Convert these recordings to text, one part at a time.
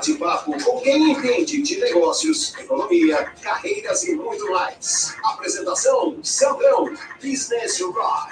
bate-papo com quem entende de negócios, economia, carreiras e muito mais. Apresentação, Sandrão, Business Rock.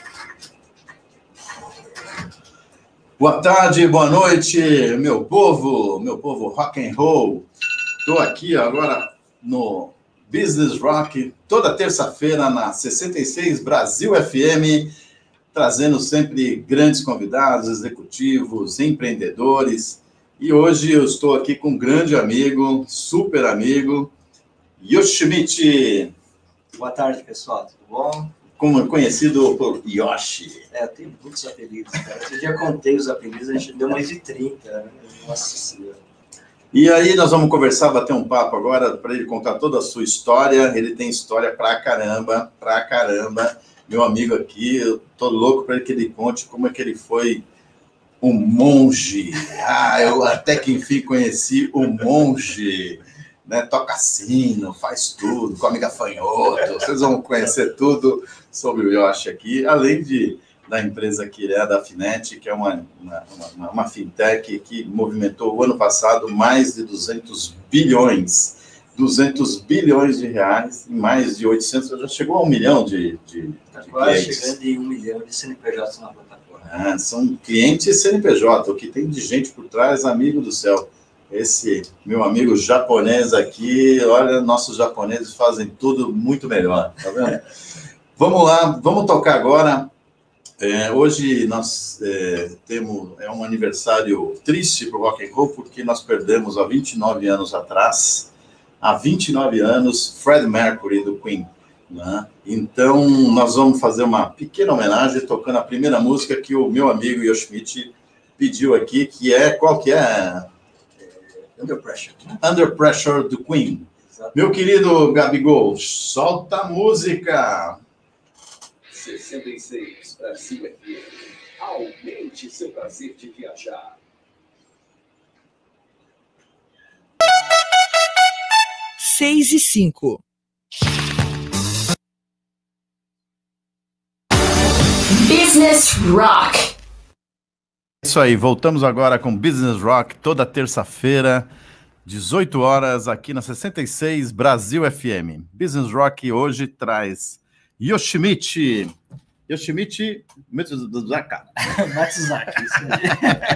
Boa tarde, boa noite, meu povo rock and roll. Estou aqui agora no Business Rock, toda terça-feira na 66 Brasil FM, trazendo sempre grandes convidados, executivos, empreendedores. E hoje eu estou aqui com um grande amigo, super amigo, Yoshimichi. Boa tarde, pessoal, tudo bom? Como conhecido por Yoshi. Eu tenho muitos apelidos, cara. Eu já contei os apelidos, a gente deu mais de 30, né? Nossa Senhora. E aí nós vamos conversar, bater um papo agora, para ele contar toda a sua história. Ele tem história pra caramba. Meu amigo aqui, eu tô louco para que ele conte como é que ele foi um monge. Eu até que enfim conheci o monge, né? Toca sino, faz tudo, come gafanhoto. Vocês vão conhecer tudo sobre o Yoshi aqui, além da empresa que é da Finet, que é uma fintech que movimentou o ano passado mais de 200 bilhões de reais, e mais de 800, já chegou a 1 milhão de quase clientes. Chegando em 1 milhão de CNPJs na plataforma. São clientes CNPJ, o que tem de gente por trás, amigo do céu. Esse meu amigo japonês aqui, olha, nossos japoneses fazem tudo muito melhor, tá vendo? Vamos lá, vamos tocar agora. Hoje nós temos um aniversário triste para o rock and roll, porque nós perdemos há 29 anos atrás, Freddie Mercury do Queen, né? Então nós vamos fazer uma pequena homenagem tocando a primeira música que o meu amigo Yoshimichi pediu aqui, qual que é? Under Pressure. Under Pressure do Queen. Exatamente. Meu querido Gabigol, solta a música. 66 Brasil FM. Aumente seu prazer de viajar. Seis e 5. Business Rock. Isso aí, voltamos agora com Business Rock, toda terça-feira, 18 horas, aqui na 66 Brasil FM. Business Rock hoje traz Yoshimichi Matsuzaka. Matsuzaki, isso aí.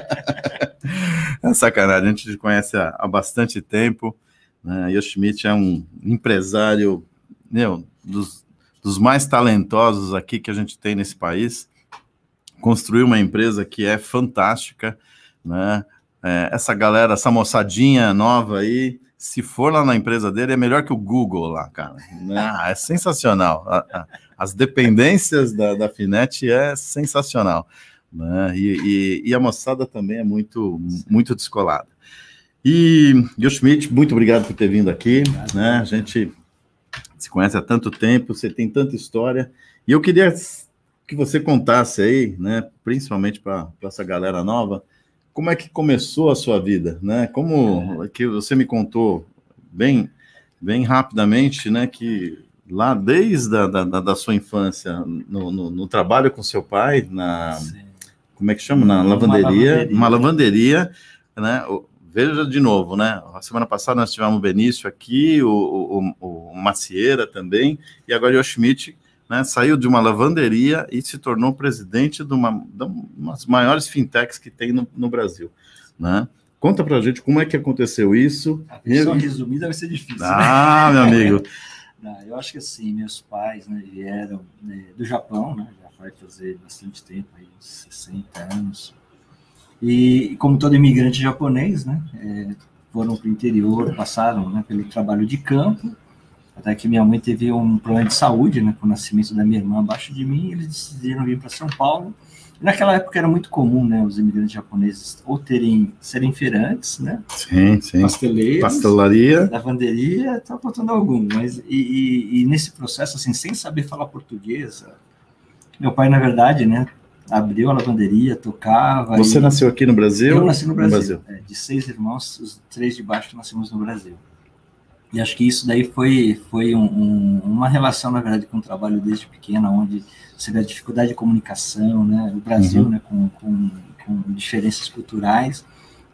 É sacanagem, a gente conhece há bastante tempo, né? Yoshimichi é um empresário, dos mais talentosos aqui que a gente tem nesse país. Construiu uma empresa que é fantástica, né? Essa galera, essa moçadinha nova aí, se for lá na empresa dele, é melhor que o Google lá, cara. É sensacional. As dependências da Finet é sensacional, né? E a moçada também é muito, muito descolada. E Yoshimichi, muito obrigado por ter vindo aqui, né? A gente se conhece há tanto tempo, você tem tanta história, e eu queria que você contasse aí, né, principalmente para essa galera nova, como é que começou a sua vida, né? Como que você me contou bem rapidamente, né, que lá desde da sua infância, no trabalho com seu pai, como é que chama? Na lavanderia, uma lavanderia, né? Veja de novo, né? A semana passada nós tivemos o Benício aqui, o Macieira também, e agora o Yoshimichi, né, saiu de uma lavanderia e se tornou presidente de uma das maiores fintechs que tem no Brasil, né? Conta pra gente como é que aconteceu isso. A versão resumida vai ser difícil. Meu amigo. Eu acho que assim, meus pais, né, vieram do Japão, né, já vai fazer bastante tempo, aí, uns 60 anos. E como todo imigrante japonês, né, foram para o interior, passaram, né, pelo trabalho de campo, até que minha mãe teve um problema de saúde, né, com o nascimento da minha irmã abaixo de mim, e eles decidiram vir para São Paulo. E naquela época era muito comum, né, os imigrantes japoneses ou serem feirantes, né, sim, pasteleiros, pastelaria, lavanderia, tá faltando algum, mas e nesse processo, assim, sem saber falar português, meu pai, na verdade, né, abriu a lavanderia, tocava. Você nasceu aqui no Brasil? Eu nasci no Brasil. De 6 irmãos, os 3 de baixo nascemos no Brasil. E acho que isso daí foi uma relação, na verdade, com o trabalho desde pequena, onde você vê a dificuldade de comunicação, né? O Brasil, né, com diferenças culturais.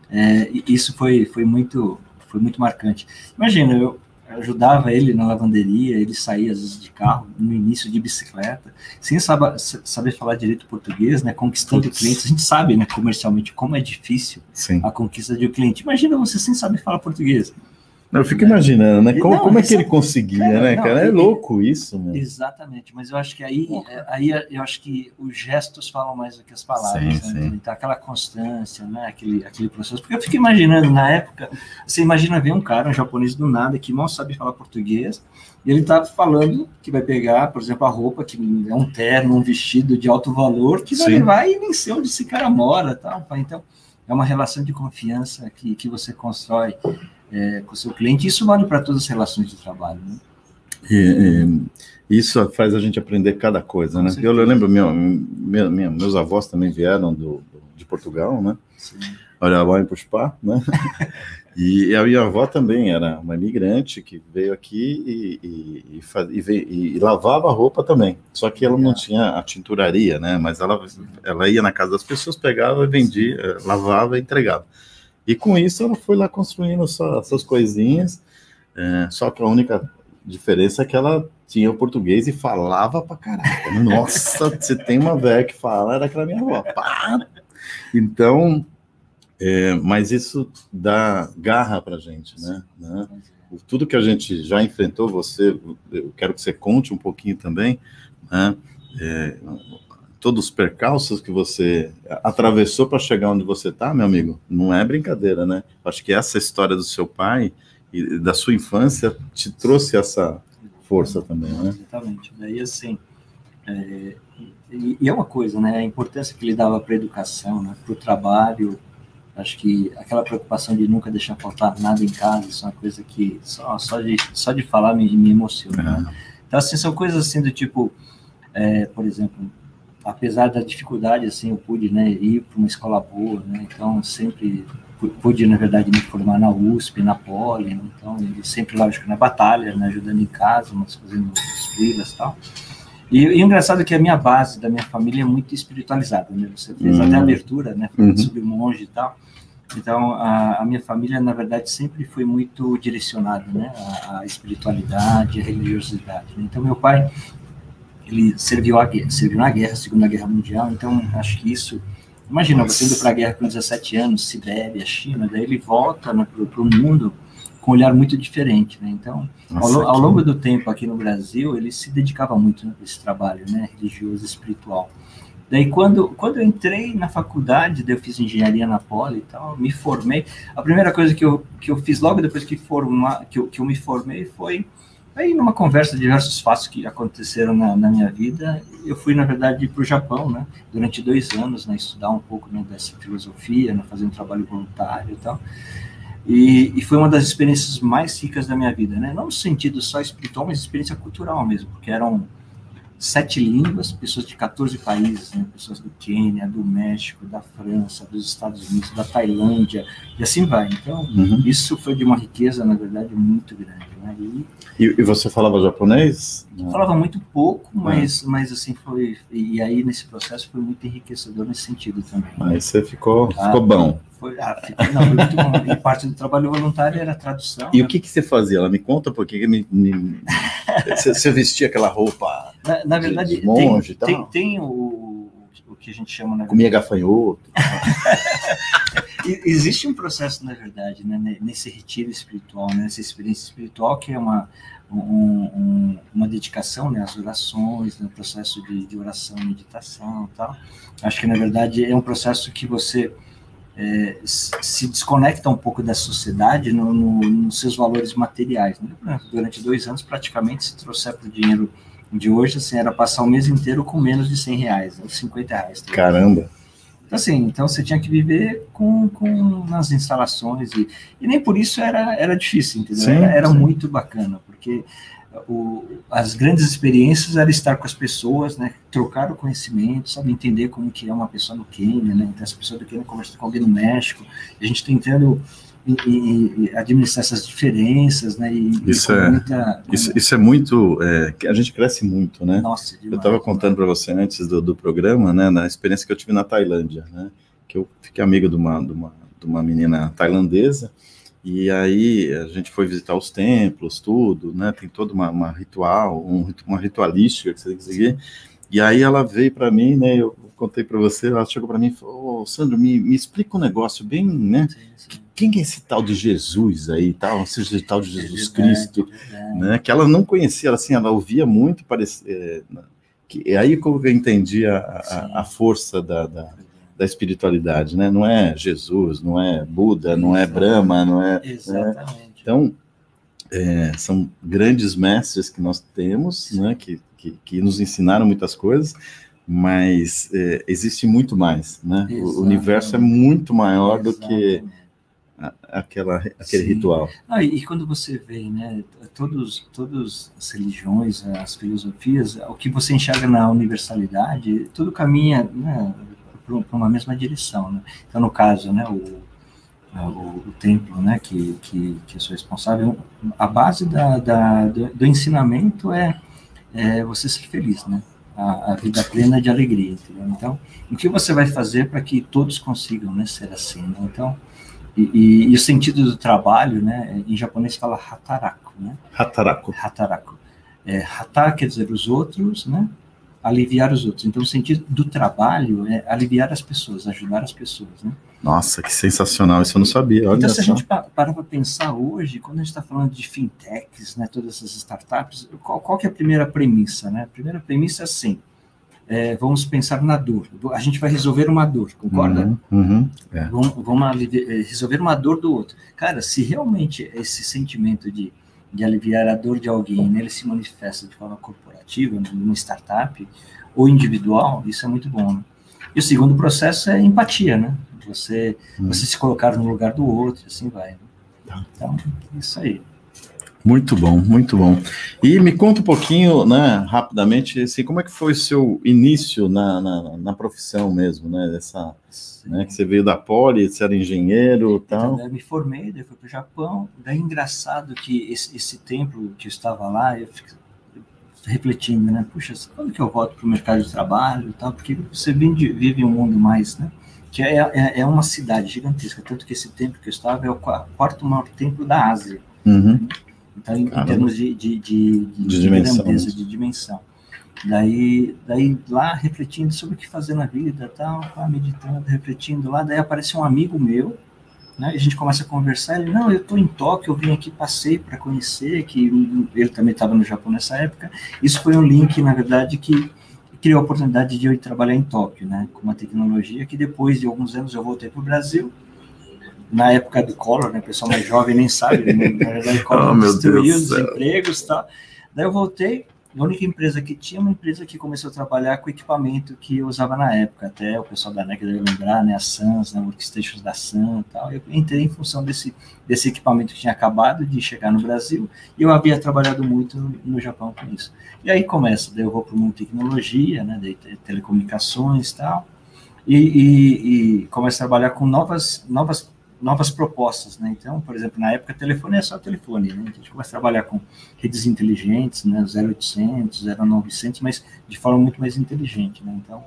E isso foi muito marcante. Imagina, eu ajudava ele na lavanderia, ele saía às vezes de carro, no início de bicicleta, sem saber falar direito português, né, conquistando clientes. A gente sabe, né, comercialmente, como é difícil a conquista de um cliente. Imagina você sem saber falar português. Eu fico imaginando, né? Como é que ele conseguia, né, cara? É louco isso, né? Exatamente, mas eu acho que aí eu acho que os gestos falam mais do que as palavras, né? Então, aquela constância, né? Aquele processo. Porque eu fico imaginando, na época, você imagina ver um cara, um japonês do nada, que mal sabe falar português, e ele tá falando que vai pegar, por exemplo, a roupa, que é um terno, um vestido de alto valor, que vai levar e nem sei onde esse cara mora, tal. Então, é uma relação de confiança que você constrói com o seu cliente. Isso vale para todas as relações de trabalho, né? Isso faz a gente aprender cada coisa, né? Eu lembro, meus avós também vieram de Portugal, né? Sim. Olha, a mãe puxpá, né? E a minha avó também era uma imigrante que veio aqui e lavava a roupa também. Só que ela não tinha a tinturaria, né? Mas ela ia na casa das pessoas, pegava, vendia, lavava e entregava. E com isso ela foi lá construindo suas coisinhas, só que a única diferença é que ela tinha o português e falava pra caraca. Nossa, você tem uma velha que fala, era aquela minha avó. Pá! Então, mas isso dá garra pra gente, né? Tudo que a gente já enfrentou, eu quero que você conte um pouquinho também, né? Todos os percalços que você atravessou para chegar onde você está, meu amigo, não é brincadeira, né? Acho que essa história do seu pai e da sua infância te trouxe essa força também, né? Exatamente. Daí, assim, e é uma coisa, né? A importância que ele dava para a educação, né? Para o trabalho. Acho que aquela preocupação de nunca deixar faltar nada em casa, isso é uma coisa que só de falar me emociona, né? Então, assim, são coisas assim do tipo, por exemplo, apesar da dificuldade, assim, eu pude, né, ir para uma escola boa, né, então sempre pude, na verdade, me formar na USP, na Poli, né, então ele sempre, lógico, na batalha, né, ajudando em casa, mas fazendo os freelas e tal. E o engraçado é que a minha base da minha família é muito espiritualizada, né, você fez até a abertura, né, falando sobre monge e tal, então a minha família, na verdade, sempre foi muito direcionada, né, à espiritualidade, à religiosidade, né? Então meu pai, ele serviu na guerra, Segunda Guerra Mundial, então acho que isso, imagina, você indo para a guerra com 17 anos, Sibéria, China, daí ele volta, né, para o mundo com um olhar muito diferente, né? Então, ao longo do tempo aqui no Brasil, ele se dedicava muito, né, a esse trabalho, né, religioso e espiritual. Daí, quando eu entrei na faculdade, daí eu fiz engenharia na Poli e tal, me formei, a primeira coisa que eu fiz logo depois que eu me formei foi, aí, numa conversa de diversos fatos que aconteceram na minha vida, eu fui, na verdade, para o Japão, né, durante 2 anos, né, estudar um pouco, né, dessa filosofia, né, fazer um trabalho voluntário e tal, e foi uma das experiências mais ricas da minha vida, né, não no sentido só espiritual, mas experiência cultural mesmo, porque eram 7 línguas, pessoas de 14 países, né, pessoas do Quênia, do México, da França, dos Estados Unidos, da Tailândia, e assim vai. Então, isso foi de uma riqueza, na verdade, muito grande, né? E você falava japonês? Eu falava muito pouco, mas assim foi, e aí nesse processo foi muito enriquecedor nesse sentido também. Aí você ficou bom. Foi muito bom. E parte do trabalho voluntário era a tradução. E né? O que você fazia? Ela me conta porque você vestia aquela roupa na verdade, de monge tem o que a gente chama... Né, comia gafanhoto. Existe um processo, na verdade, né, nesse retiro espiritual, né, nessa experiência espiritual, que é uma dedicação, né, às orações, no processo de oração, meditação e tal. Acho que, na verdade, é um processo que você se desconecta um pouco da sociedade nos seus valores materiais, né? Durante 2 anos, praticamente, se trouxer para o dinheiro de hoje, assim, era passar o mês inteiro com menos de R$100, R$50. Tá? Caramba! Então, assim, então você tinha que viver nas instalações, e nem por isso era difícil, entendeu? Sim, era sim. muito bacana, porque as grandes experiências era estar com as pessoas, né, trocar o conhecimento, sabe, entender como que é uma pessoa no Quênia, né, então essa pessoa do Quênia conversa com alguém no México, a gente tentando administrar essas diferenças, né, isso é muito, a gente cresce muito, né? Nossa, demais, eu estava contando para você antes do programa, né, na experiência que eu tive na Tailândia, né, que eu fiquei amigo de uma de uma menina tailandesa, e aí a gente foi visitar os templos, tudo, né? Tem toda uma ritual, uma ritualística que você tem que seguir. E aí ela veio para mim, né? Eu contei para você, ela chegou para mim e falou: "Ô, Sandro, me explica um negócio bem, né? Quem é esse tal de Jesus aí, tal, esse tal de Jesus Cristo, né?" Que ela não conhecia, ela ouvia muito, parecia. É aí que eu entendi a força da espiritualidade, né? Não é Jesus, não é Buda, não é Brahma, não é... Exatamente. Né? Então, são grandes mestres que nós temos, né? Que nos ensinaram muitas coisas, mas existe muito mais, né? O universo é muito maior do que aquele ritual. E quando você vê, né, todas as religiões, as filosofias, o que você enxerga na universalidade, tudo caminha, né, para uma mesma direção, né? Então, no caso, né, o templo, né, que eu sou responsável, a base do ensinamento é você ser feliz, né? A vida plena de alegria, entendeu? Então, o que você vai fazer para que todos consigam, né, ser assim, né? Então, e o sentido do trabalho, né, em japonês fala hataraku, né? Hataraku. Hata quer dizer os outros, né? Aliviar os outros. Então, o sentido do trabalho é aliviar as pessoas, ajudar as pessoas, né? Nossa, que sensacional, isso eu não sabia. Olha então, se só. a gente parar para pensar hoje, quando a gente está falando de fintechs, né, todas essas startups, qual que é a primeira premissa, né? A primeira premissa é assim, vamos pensar na dor. A gente vai resolver uma dor, concorda? Vamos resolver uma dor do outro. Cara, se realmente esse sentimento de aliviar a dor de alguém, né, ele se manifesta de forma corporativa, numa startup, ou individual, isso é muito bom, né? E o segundo processo é empatia, né? Você se colocar no lugar do outro, assim vai. Né? Então, isso aí. Muito bom, muito bom. E me conta um pouquinho, né, rapidamente, assim, como é que foi o seu início na profissão mesmo, né, né, que você veio da Poli, você era engenheiro e tal. Então, eu me formei, daí fui para o Japão, daí engraçado que esse tempo que eu estava lá, eu fiquei refletindo, né, puxa, quando que eu volto para o mercado de trabalho e tal, porque você vive um mundo mais, né, que é uma cidade gigantesca, tanto que esse templo que eu estava é o quarto maior templo da Ásia. Uhum. Então, em termos de dimensão, grandeza, de dimensão. Daí lá, refletindo sobre o que fazer na vida, tal, meditando, refletindo lá, daí aparece um amigo meu, né, e a gente começa a conversar, ele, não, eu estou em Tóquio, eu vim aqui, passei para conhecer, que ele também estava no Japão nessa época. Isso foi um link, na verdade, que criou a oportunidade de eu ir trabalhar em Tóquio, né, com uma tecnologia que depois de alguns anos eu voltei para o Brasil. Na época do Collor, né, o pessoal mais jovem nem sabe, né, na verdade o Collor destruiu os empregos e tal. Daí eu voltei, a única empresa que tinha, uma empresa que começou a trabalhar com equipamento que eu usava na época, até o pessoal da NEC deve lembrar, né, a Sans, né, workstations da Sun e tal. Eu entrei em função desse equipamento que tinha acabado de chegar no Brasil, e eu havia trabalhado muito no Japão com isso. E aí começa, daí eu vou para o mundo de tecnologia, né, de telecomunicações e tal, e começo a trabalhar com novas propostas, né? Então, por exemplo, na época, telefone é só telefone, né? A gente começa a trabalhar com redes inteligentes, né? 0800, 0900, mas de forma muito mais inteligente, né? Então...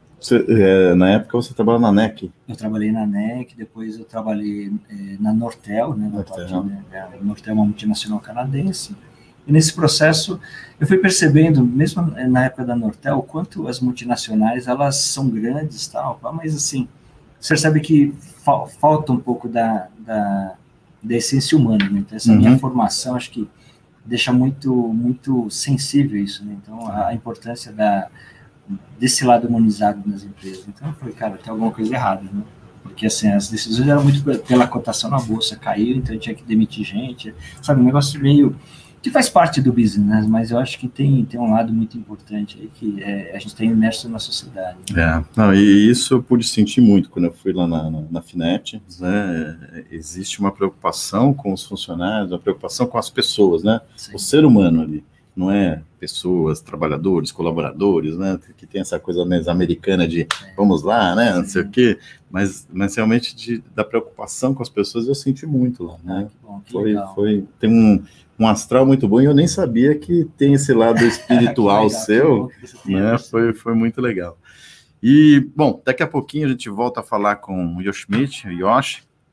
na época você trabalhou na NEC? Eu trabalhei na NEC, depois eu trabalhei na Nortel, né? A Nortel é uma multinacional canadense, e nesse processo eu fui percebendo, mesmo na época da Nortel, o quanto as multinacionais, elas são grandes, tal, mas assim, você percebe que falta um pouco da essência humana, né? Então, essa minha formação, acho que deixa muito sensível isso, né? Então, a importância desse lado humanizado nas empresas. Então, eu falei, cara, tem alguma coisa errada, né? Porque, assim, as decisões eram muito pela cotação na bolsa, caiu, então eu tinha que demitir gente, sabe? Um negócio meio... que faz parte do business, né? Mas eu acho que tem um lado muito importante aí, que a gente tem imerso na sociedade. Né? E isso eu pude sentir muito quando eu fui lá na Finet, né? Existe uma preocupação com os funcionários, uma preocupação com as pessoas, né? Sim. O ser humano ali, não é pessoas, trabalhadores, colaboradores, né? Que tem essa coisa mais americana de vamos lá, né? Não sei o quê, mas realmente da preocupação com as pessoas eu senti muito lá, né? Que bom, tem um astral muito bom, e eu nem sabia que tem esse lado espiritual legal, seu, né? Foi muito legal. E, bom, daqui a pouquinho a gente volta a falar com o Yoshi,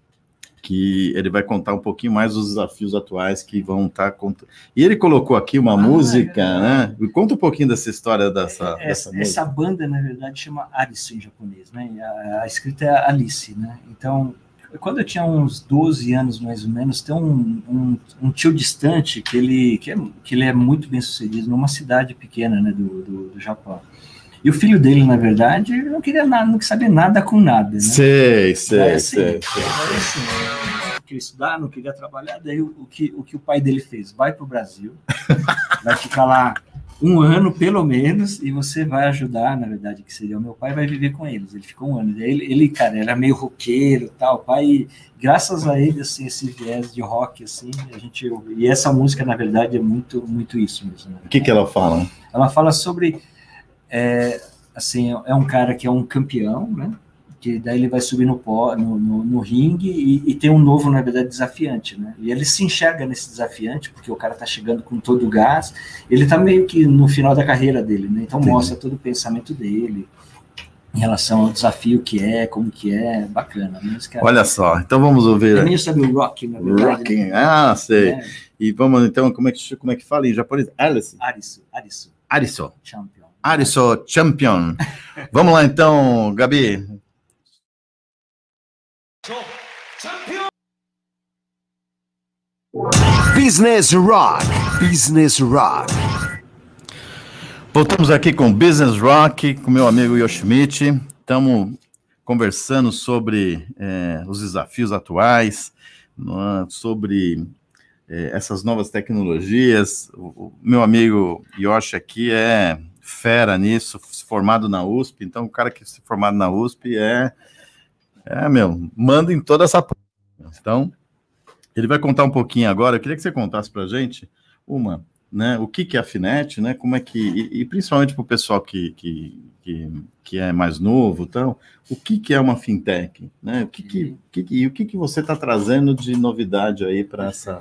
que ele vai contar um pouquinho mais dos desafios atuais que vão estar contando. E ele colocou aqui uma música, né? Me conta um pouquinho dessa história dessa música. Essa banda, na verdade, chama Alice em japonês, né? A escrita é Alice, né? Então, quando eu tinha uns 12 anos, mais ou menos, tem um tio distante que ele é muito bem sucedido numa cidade pequena, né, do Japão. E o filho dele, na verdade, não queria nada, não queria saber nada com nada, né? Sei. Não queria estudar, não queria trabalhar. Daí o que o pai dele fez? Vai para o Brasil, vai ficar lá 1 ano, pelo menos, e você vai ajudar, na verdade, que seria o meu pai, vai viver com eles. Ele ficou 1 ano. Daí ele, cara, era meio roqueiro e tal. O pai, graças a ele, assim, esse viés de rock, assim, a gente ouve. E essa música, na verdade, é muito, muito isso mesmo. Né? O que ela fala? Ela fala sobre... assim, é um cara que é um campeão, né? Que daí ele vai subir no ringue e tem um novo, na verdade, desafiante, né? E ele se enxerga nesse desafiante, porque o cara tá chegando com todo o gás, ele tá meio que no final da carreira dele, né? Então mostra todo o pensamento dele em relação ao desafio que é, como que é, bacana. Olha só, então vamos ouvir. É meio sabe o rock, na verdade. Rocking, né? sei. E vamos então, como é que fala em japonês? Alice. Ariso. Champion. Ariso Champion. Vamos lá então, Gabi. Business Rock. Business Rock. Voltamos aqui com Business Rock, com meu amigo Yoshimichi. Estamos conversando sobre os desafios atuais, sobre essas novas tecnologias. O meu amigo Yoshi aqui é fera nisso, formado na USP. Então, o cara que se formado na USP manda em toda essa... Então, ele vai contar um pouquinho agora. Eu queria que você contasse para a gente né, o que é a Finet, né, como é que, e principalmente para o pessoal que é mais novo, então, o que é uma fintech, né, o que você está trazendo de novidade aí para essa...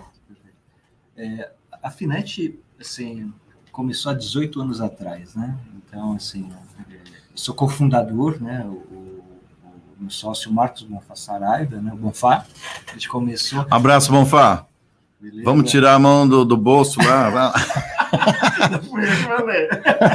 A Finet, assim, começou há 18 anos atrás, né, então, assim, sou cofundador, né, o sócio Marcos Bonfá Saraiva, né, o Bonfá, a gente começou... Abraço, Bonfá! Beleza. Vamos tirar a mão do bolso lá. Não fui eu que falei.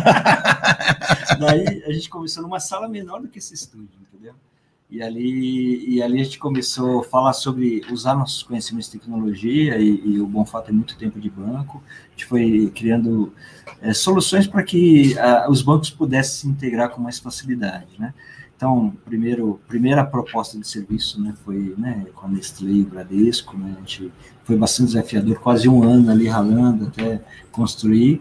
Daí a gente começou numa sala menor do que esse estúdio, entendeu? E ali a gente começou a falar sobre usar nossos conhecimentos de tecnologia e o Bonfá tem muito tempo de banco. A gente foi criando soluções para que os bancos pudessem se integrar com mais facilidade, né? Então, primeira proposta de serviço, né, foi, né, com a Nestlé e o Bradesco, né, a gente foi bastante desafiador, quase 1 ano ali ralando até construir,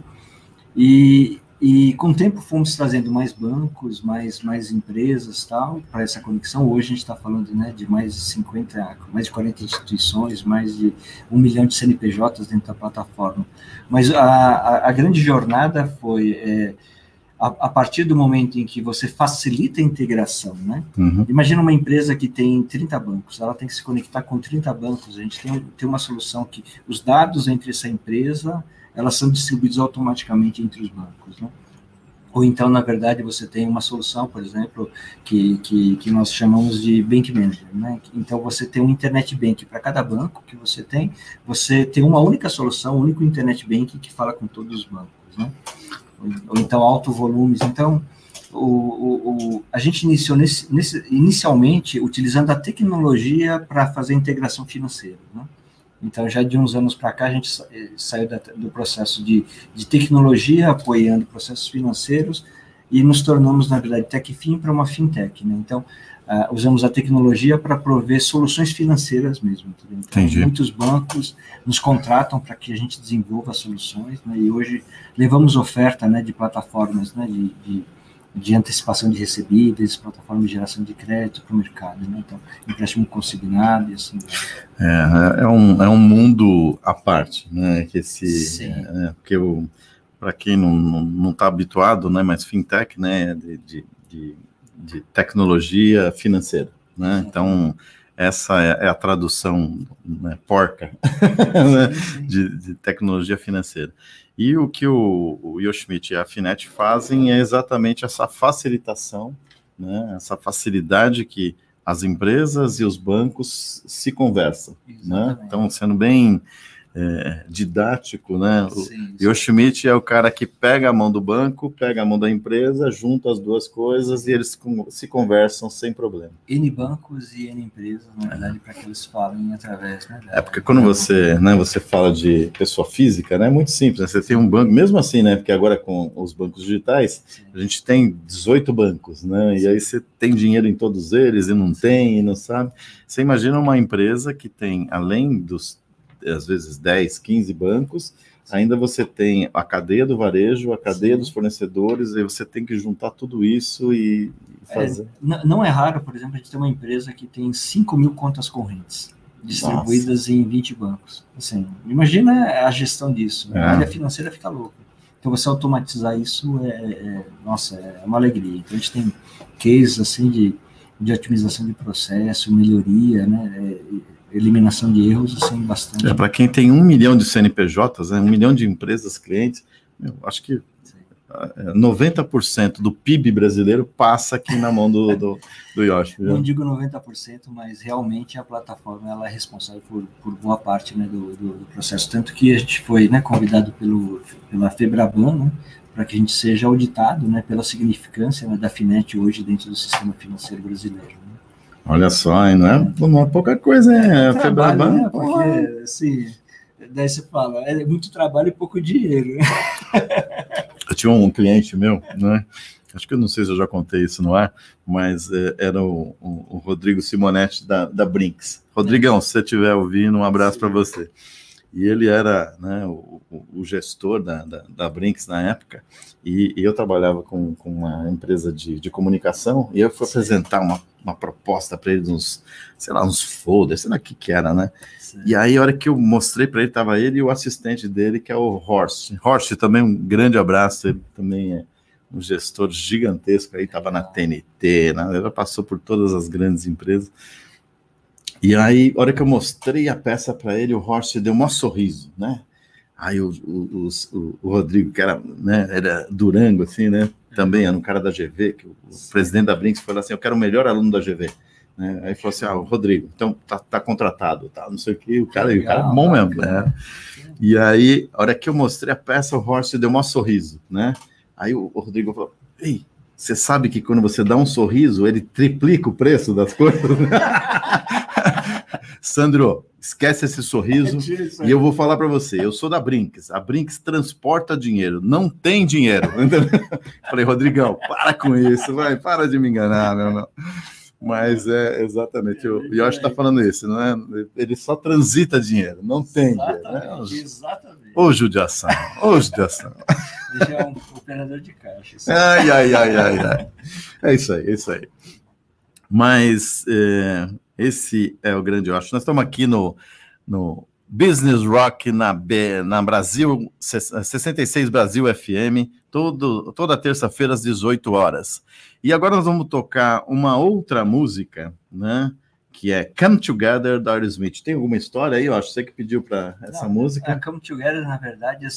e com o tempo fomos trazendo mais bancos, mais empresas, tal, para essa conexão. Hoje a gente está falando, né, de mais de 40 instituições, mais de 1 milhão de CNPJs dentro da plataforma. Mas a grande jornada foi... a partir do momento em que você facilita a integração, né? Uhum. Imagina uma empresa que tem 30 bancos, ela tem que se conectar com 30 bancos, a gente tem uma solução que os dados entre essa empresa, elas são distribuídos automaticamente entre os bancos, né? Ou então, na verdade, você tem uma solução, por exemplo, que nós chamamos de Bank Manager, né? Então, você tem um Internet Bank para cada banco que você tem uma única solução, um único Internet Bank que fala com todos os bancos, né? Ou então alto volumes. Então, a gente iniciou inicialmente utilizando a tecnologia para fazer integração financeira, né? Então, já de uns anos para cá, a gente saiu do processo de tecnologia apoiando processos financeiros e nos tornamos, na verdade, TechFin para uma fintech, né? Então, usamos a tecnologia para prover soluções financeiras mesmo. Então, muitos bancos nos contratam para que a gente desenvolva soluções, né? E hoje levamos oferta, né, de plataformas, né, de antecipação de recebíveis, plataforma de geração de crédito para o mercado, né? Então, empréstimo consignado e assim. É um mundo à parte, né? Que porque para quem não está habituado, né, mas fintech, né, de tecnologia financeira, né? Então, essa é a tradução, né, porca, né, de tecnologia financeira. E o que o Yoshimichi e a Finet fazem é exatamente essa facilitação, né, essa facilidade que as empresas e os bancos se conversam, né? Exatamente. Estão sendo bem didático, né? Sim, E o Schmidt é o cara que pega a mão do banco, pega a mão da empresa, junta as duas coisas e eles se conversam sem problema. N bancos e N empresas, na verdade, para que eles falem através, né? Porque quando você fala de pessoa física, né, é muito simples, né? Você tem um banco, mesmo assim, né? Porque agora com os bancos digitais, Sim. a gente tem 18 bancos, né? E aí você tem dinheiro em todos eles e não tem, e não sabe. Você imagina uma empresa que tem, além dos às vezes 10, 15 bancos, ainda você tem a cadeia do varejo, a cadeia Sim. dos fornecedores, e você tem que juntar tudo isso e fazer. Não é raro, por exemplo, a gente tem uma empresa que tem 5.000 contas correntes distribuídas em 20 bancos. Assim, imagina a gestão disso. A área financeira fica louca. Então, você automatizar isso é uma alegria. Então, a gente tem cases assim, de otimização de processo, melhoria, né? Eliminação de erros, assim, bastante. Para quem tem 1 milhão de CNPJs, né, 1 milhão de empresas clientes, acho que 90% do PIB brasileiro passa aqui na mão do Yoshi. Não digo 90%, mas realmente a plataforma ela é responsável por boa parte, né, do processo. Tanto que a gente foi, né, convidado pela Febraban, né, para que a gente seja auditado, né, pela significância, né, da Finet hoje dentro do sistema financeiro brasileiro. Olha só, não é pouca coisa, hein? Trabalho, né? Porque, assim, daí você fala, é muito trabalho e pouco dinheiro. Eu tinha um cliente meu, né? Acho que eu não sei se eu já contei isso no ar, mas era o Rodrigo Simonetti da Brinks. Rodrigão, se você estiver ouvindo, um abraço para você. E ele era, né, o gestor da Brinks na época, e eu trabalhava com uma empresa de comunicação, e eu fui apresentar uma proposta para ele, uns folders, sei lá o que era, né? Sim. E aí, a hora que eu mostrei para ele, estava ele e o assistente dele, que é o Horst. Horst também, um grande abraço, ele também é um gestor gigantesco, aí estava na TNT, né? Ele passou por todas as grandes empresas. E aí, a hora que eu mostrei a peça para ele, o Horst deu um sorriso, né? Aí o Rodrigo, que era, né, era Durango, assim, né? Também era um cara da GV, que o presidente da Brinks falou assim, eu quero o melhor aluno da GV. Né? Aí falou assim, o Rodrigo, então tá contratado, tá? Não sei o que, o cara é bom mesmo, né? E aí, a hora que eu mostrei a peça, o Horst deu um sorriso, né? Aí o Rodrigo falou, ei, você sabe que quando você dá um sorriso, ele triplica o preço das coisas? Sandro, esquece esse sorriso e eu vou falar para você, eu sou da Brinks, a Brinks transporta dinheiro, não tem dinheiro. Falei, Rodrigão, para com isso, para de me enganar, não. Mas é exatamente, o Yoshi está falando isso, não é? Ele só transita dinheiro, não tem dinheiro. Né? Exatamente. Ô judiação. Ele é um operador de caixa. Assim. Ai. É isso aí. Mas esse é o grande Yoshi. Nós estamos aqui no Business Rock na Brasil, 66 Brasil FM, toda terça-feira às 18 horas. E agora nós vamos tocar uma outra música, né? Que é Come Together, da Aerosmith. Tem alguma história aí? Eu acho que você que pediu para essa música. Come Together, na verdade,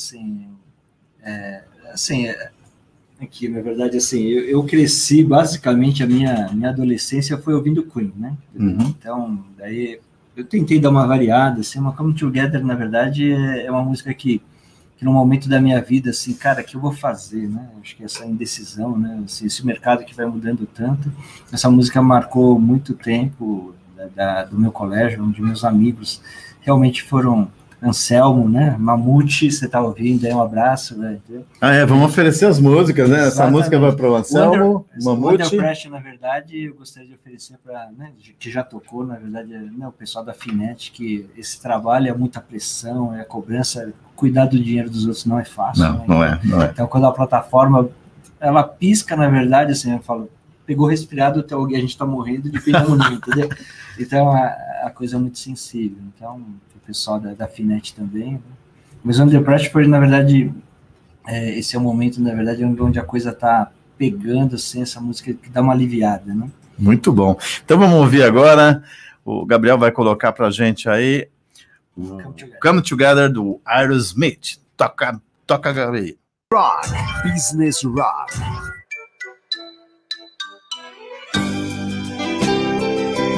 aqui, na verdade, assim, eu cresci, basicamente, a minha adolescência foi ouvindo Queen, né? Uhum. Então, daí eu tentei dar uma variada, assim, uma Come Together, na verdade, é uma música que no momento da minha vida, assim, cara, o que eu vou fazer, né? Acho que essa indecisão, né? Assim, esse mercado que vai mudando tanto, essa música marcou muito tempo do meu colégio, onde meus amigos realmente foram Anselmo, né? Mamute, você tá ouvindo, aí um abraço, né? Vamos oferecer as músicas, né? Exatamente. Essa música vai para o Anselmo, Mamute. O Undercrash, na verdade, eu gostaria de oferecer para, né, que já tocou, na verdade, né, o pessoal da Finet, que esse trabalho é muita pressão, é cobrança, cuidar do dinheiro dos outros não é fácil. Não é. Então, quando a plataforma, ela pisca, na verdade, assim, eu falo, pegou resfriado, até alguém, a gente tá morrendo de pneumonia, entendeu? Então, a coisa é muito sensível. Então, o pessoal da Finet também, né? Mas o Undercrash foi, na verdade, esse é o momento, na verdade, onde a coisa tá pegando, assim, essa música que dá uma aliviada, né? Muito bom. Então, vamos ouvir agora, o Gabriel vai colocar pra gente aí Come Together, do Aerosmith. Toca, Gabriel. Rock, Business Rock.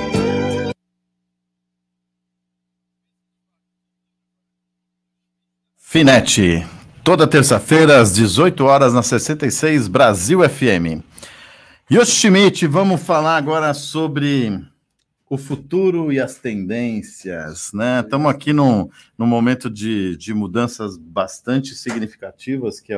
Finet, toda terça-feira às 18 horas na 66 Brasil FM. Yoshimichi, vamos falar agora sobre o futuro e as tendências, né? Estamos aqui num momento de mudanças bastante significativas, que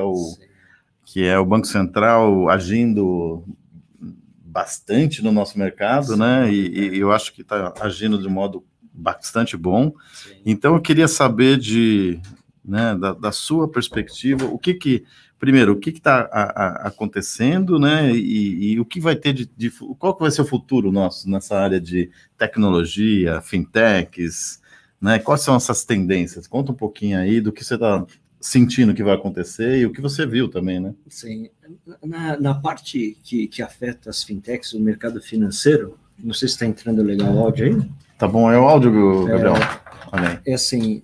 é o Banco Central agindo bastante no nosso mercado, né? E eu acho que está agindo de um modo bastante bom. Sim. Então, eu queria saber da sua perspectiva, primeiro, o que está acontecendo, né? E o que vai ter qual que vai ser o futuro nosso nessa área de tecnologia, fintechs, né? Quais são essas tendências? Conta um pouquinho aí do que você está sentindo que vai acontecer e o que você viu também, né? Sim, na parte que afeta as fintechs, o mercado financeiro, não sei se está entrando legal o áudio aí. Tá bom, é o áudio, Gabriel. É assim,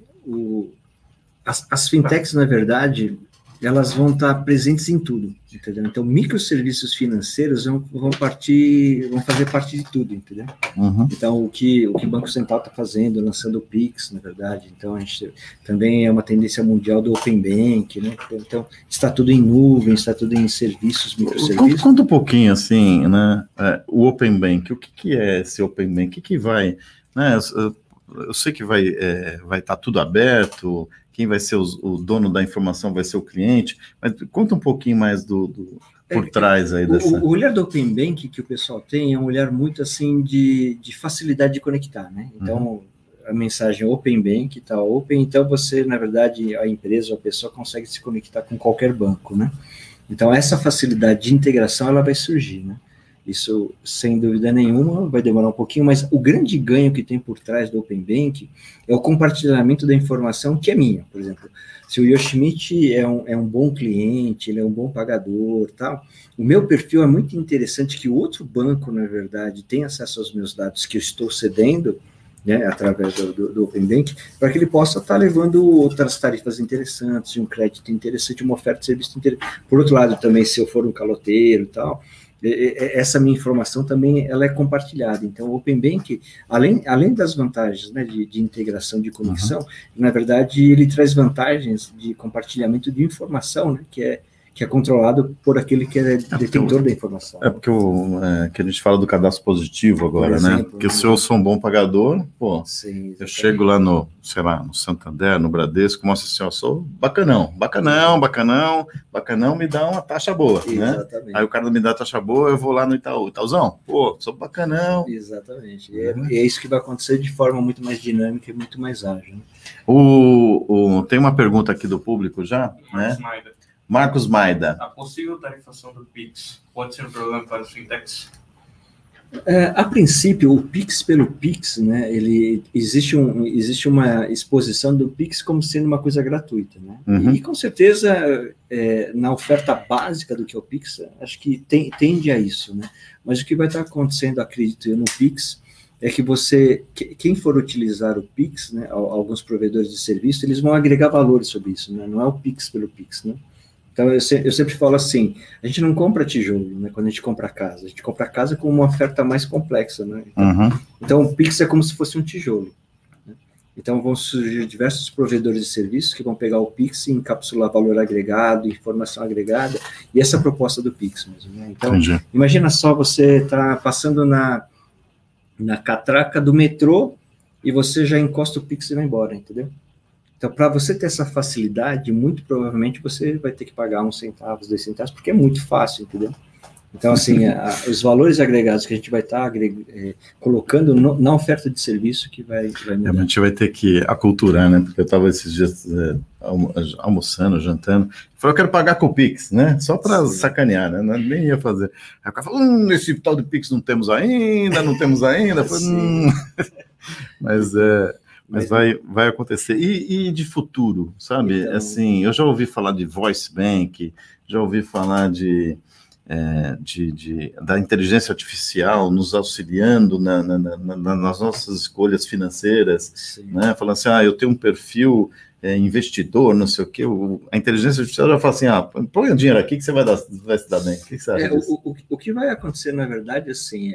as fintechs, na verdade, elas vão estar presentes em tudo, entendeu? Então, microserviços financeiros vão fazer parte de tudo, entendeu? Uhum. Então, o que o Banco Central está fazendo, lançando o Pix, na verdade. Então, a gente também é uma tendência mundial do Open Bank, né? Então, está tudo em nuvem, está tudo em serviços, microserviços. Conta um pouquinho, assim, né? O Open Bank, o que é esse Open Bank? O que vai... Né? Eu sei que vai estar tudo aberto, quem vai ser o dono da informação vai ser o cliente, mas conta um pouquinho mais por trás aí dessa... O olhar do Open Bank que o pessoal tem é um olhar muito assim de facilidade de conectar, né? Então, a mensagem Open Bank está open, então você, na verdade, a empresa ou a pessoa consegue se conectar com qualquer banco, né? Então, essa facilidade de integração, ela vai surgir, né? Isso, sem dúvida nenhuma, vai demorar um pouquinho, mas o grande ganho que tem por trás do Open Bank é o compartilhamento da informação que é minha. Por exemplo, se o Yoshimichi é um bom cliente, ele é um bom pagador, tal, o meu perfil é muito interessante que o outro banco, na verdade, tenha acesso aos meus dados que eu estou cedendo, né, através do Open Bank, para que ele possa estar levando outras tarifas interessantes, um crédito interessante, uma oferta de serviço interessante. Por outro lado, também, se eu for um caloteiro e tal... essa minha informação também ela é compartilhada. Então, o Open Bank, além das vantagens, né, de integração, de conexão, na verdade, ele traz vantagens de compartilhamento de informação, né, que é controlado por aquele que é detentor da informação. Porque que a gente fala do cadastro positivo agora, exemplo, né? Porque se eu sou um bom pagador, pô, sim, eu chego lá no Santander, no Bradesco, mostro assim, eu sou bacanão, me dá uma taxa boa, exatamente, né? Aí o cara me dá a taxa boa, eu vou lá no Itaúzão, pô, sou bacanão. Exatamente, e é isso que vai acontecer de forma muito mais dinâmica e muito mais ágil. Né? Tem uma pergunta aqui do público já, né? Marcos Maida. A possível tarifação do Pix pode ser um problema para os fintechs? A princípio, o Pix pelo Pix, né, existe uma exposição do Pix como sendo uma coisa gratuita, né? Uhum. E com certeza, na oferta básica do que é o Pix, acho que tende a isso, né? Mas o que vai estar acontecendo, acredito eu, no Pix, é que quem for utilizar o Pix, né, alguns provedores de serviço, eles vão agregar valores sobre isso, né? Não é o Pix pelo Pix, né? Então, eu sempre falo assim, a gente não compra tijolo, né, quando a gente compra casa, a gente compra casa com uma oferta mais complexa, né? Então, o Pix é como se fosse um tijolo, né? Então, vão surgir diversos provedores de serviços que vão pegar o Pix e encapsular valor agregado, informação agregada, e essa é a proposta do Pix mesmo, né? Então, imagina só você tá passando na catraca do metrô e você já encosta o Pix e vai embora, entendeu? Então, para você ter essa facilidade, muito provavelmente você vai ter que pagar 1 centavo, 2 centavos, porque é muito fácil, entendeu? Então, assim, os valores agregados que a gente vai estar colocando na oferta de serviço que vai mudar. A gente vai ter que aculturar, né? Porque eu estava esses dias almoçando, jantando, falei, eu quero pagar com o Pix, né? Só para sacanear, né? Nem ia fazer. Aí o cara falou, esse tal de Pix não temos ainda. Falei, Mas vai acontecer. E de futuro, sabe? Então, assim, eu já ouvi falar de voice bank, já ouvi falar da inteligência artificial nos auxiliando nas nossas escolhas financeiras, né? Falando assim, eu tenho um perfil investidor, não sei o quê. A inteligência artificial já fala assim, põe o dinheiro aqui que você vai se dar bem. O que você acha disso? O que vai acontecer, na verdade, assim,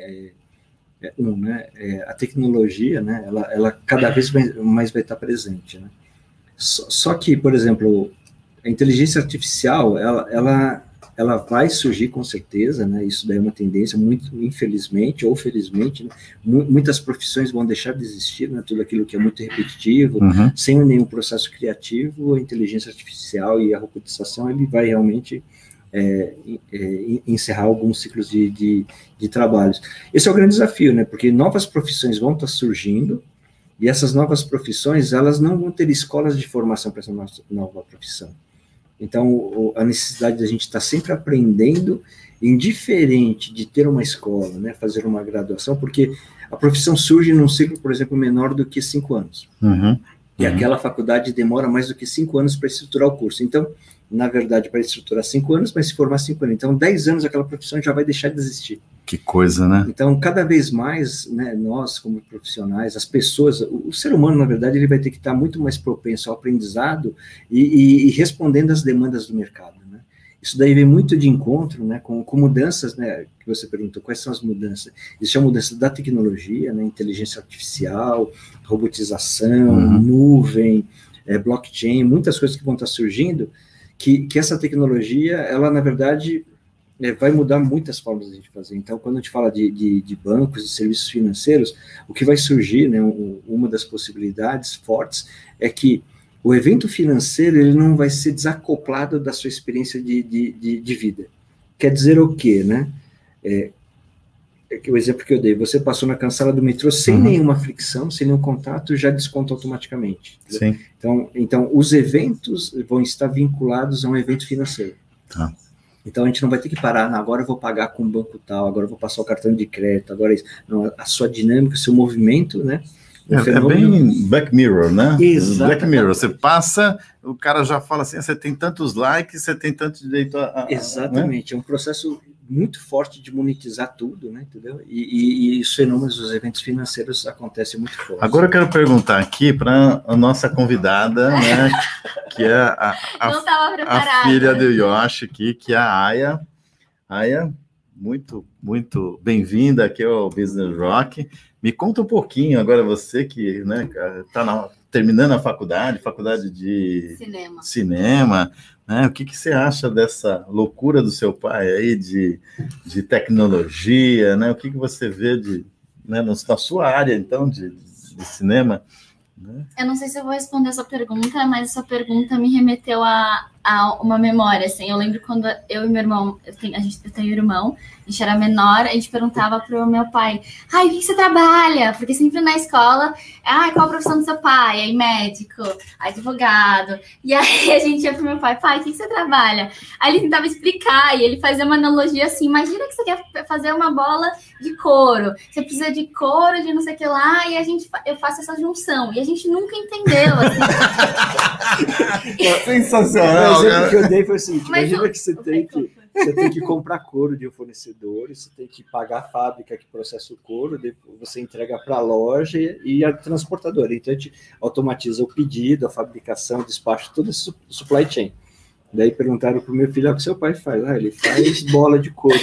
a tecnologia, né, ela cada vez mais vai estar presente, né? Só que, por exemplo, a inteligência artificial, ela vai surgir com certeza, né? Isso daí é uma tendência, muito infelizmente ou felizmente, né? Muitas profissões vão deixar de existir, né? Tudo aquilo que é muito repetitivo, sem nenhum processo criativo, a inteligência artificial e a robotização, ele vai realmente encerrar alguns ciclos de trabalhos. Esse é o grande desafio, né? Porque novas profissões vão estar surgindo, e essas novas profissões, elas não vão ter escolas de formação para essa nova profissão. Então, a necessidade da gente estar sempre aprendendo, indiferente de ter uma escola, né, fazer uma graduação, porque a profissão surge num ciclo, por exemplo, menor do que 5 anos. E aquela faculdade demora mais do que 5 anos para estruturar o curso. Então, na verdade, para estruturar 5 anos, vai se formar 5 anos. Então, 10 anos aquela profissão já vai deixar de existir. Que coisa, né? Então, cada vez mais, né, nós, como profissionais, as pessoas, o ser humano, na verdade, ele vai ter que estar muito mais propenso ao aprendizado e respondendo às demandas do mercado, né? Isso daí vem muito de encontro, né, com mudanças, né, que você perguntou, quais são as mudanças? Existe a mudança da tecnologia, né, inteligência artificial, robotização, nuvem, blockchain, muitas coisas que vão estar surgindo, que essa tecnologia, ela, na verdade, vai mudar muitas formas de a gente fazer. Então, quando a gente fala de bancos e serviços financeiros, o que vai surgir, né, uma das possibilidades fortes, é que o evento financeiro ele não vai ser desacoplado da sua experiência de vida. Quer dizer o quê, né? O exemplo que eu dei, você passou na cancela do metrô sem nenhuma fricção, sem nenhum contato, já desconta automaticamente. Sim. Então, os eventos vão estar vinculados a um evento financeiro. Tá. Então, a gente não vai ter que parar, agora eu vou pagar com o banco tal, agora eu vou passar o cartão de crédito, agora isso. Não, a sua dinâmica, o seu movimento, né? É bem Black Mirror, né? Exato. Black Mirror, você passa, o cara já fala assim, você tem tantos likes, você tem tanto direito a Exatamente, né? É um processo muito forte de monetizar tudo, né? Entendeu? E os fenômenos dos eventos financeiros acontecem muito forte. Agora eu quero perguntar aqui para a nossa convidada, né? Que é a filha do Yoshi aqui, que é a Aya. Aya, muito, muito bem-vinda aqui ao Business Rock. Me conta um pouquinho, agora você que está terminando a faculdade de cinema, né? O que você acha dessa loucura do seu pai aí de tecnologia, né? O que você vê na sua área, então, de cinema? Né? Eu não sei se eu vou responder essa pergunta, mas essa pergunta me remeteu a uma memória, assim. Eu lembro quando eu e meu irmão, eu tenho um irmão, a gente era menor, a gente perguntava pro meu pai, o que você trabalha? Porque sempre na escola, qual a profissão do seu pai? Aí médico, advogado. E aí a gente ia pro meu pai, o que você trabalha? Aí ele tentava explicar, e ele fazia uma analogia assim, imagina que você quer fazer uma bola de couro, você precisa de couro, de não sei o que lá, e eu faço essa junção, e a gente nunca entendeu, assim. Sensacional. O exemplo que eu dei foi assim, imagina que você tem que comprar couro de um fornecedor, você tem que pagar a fábrica que processa o couro, depois você entrega para a loja e a transportadora. Então, a gente automatiza o pedido, a fabricação, o despacho, todo esse supply chain. Daí perguntaram para o meu filho, o que seu pai faz? Ele faz bola de couro.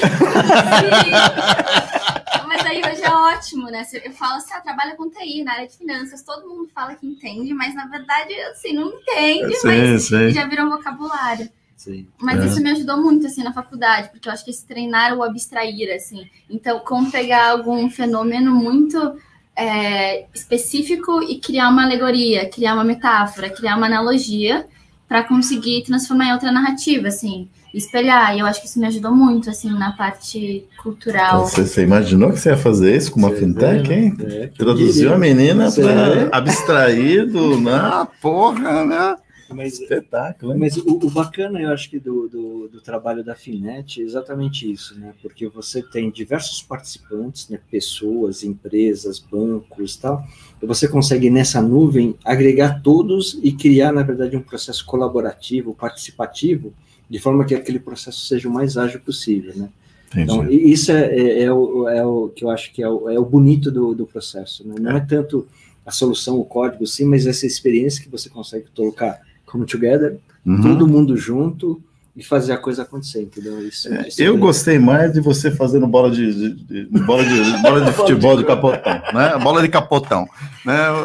Mas aí hoje é ótimo, né? Eu falo assim, trabalha com TI, na área de finanças, todo mundo fala que entende, mas na verdade, assim, não entende, mas já virou um vocabulário. Sim. Mas isso me ajudou muito, assim, na faculdade, porque eu acho que esse treinar o abstrair, assim. Então, como pegar algum fenômeno muito específico e criar uma alegoria, criar uma metáfora, criar uma analogia para conseguir transformar em outra narrativa, assim, espelhar. E eu acho que isso me ajudou muito, assim, na parte cultural. Você imaginou que você ia fazer isso com uma fintech, hein? Traduziu a menina para abstrair porra, né? Mas, espetáculo, hein? Mas o bacana, eu acho que do trabalho da Finet é exatamente isso, né? Porque você tem diversos participantes, né? Pessoas, empresas, bancos, tal. E você consegue nessa nuvem agregar todos e criar, na verdade, um processo colaborativo, participativo, de forma que aquele processo seja o mais ágil possível, né? Entendi. Então, isso é o que eu acho que é o bonito do processo, né? Não é tanto a solução, o código, sim, mas essa experiência que você consegue colocar come together, todo mundo junto e fazer a coisa acontecer, entendeu? Eu gostei mais de você fazendo bola de futebol de capotão, né? Bola de capotão, né?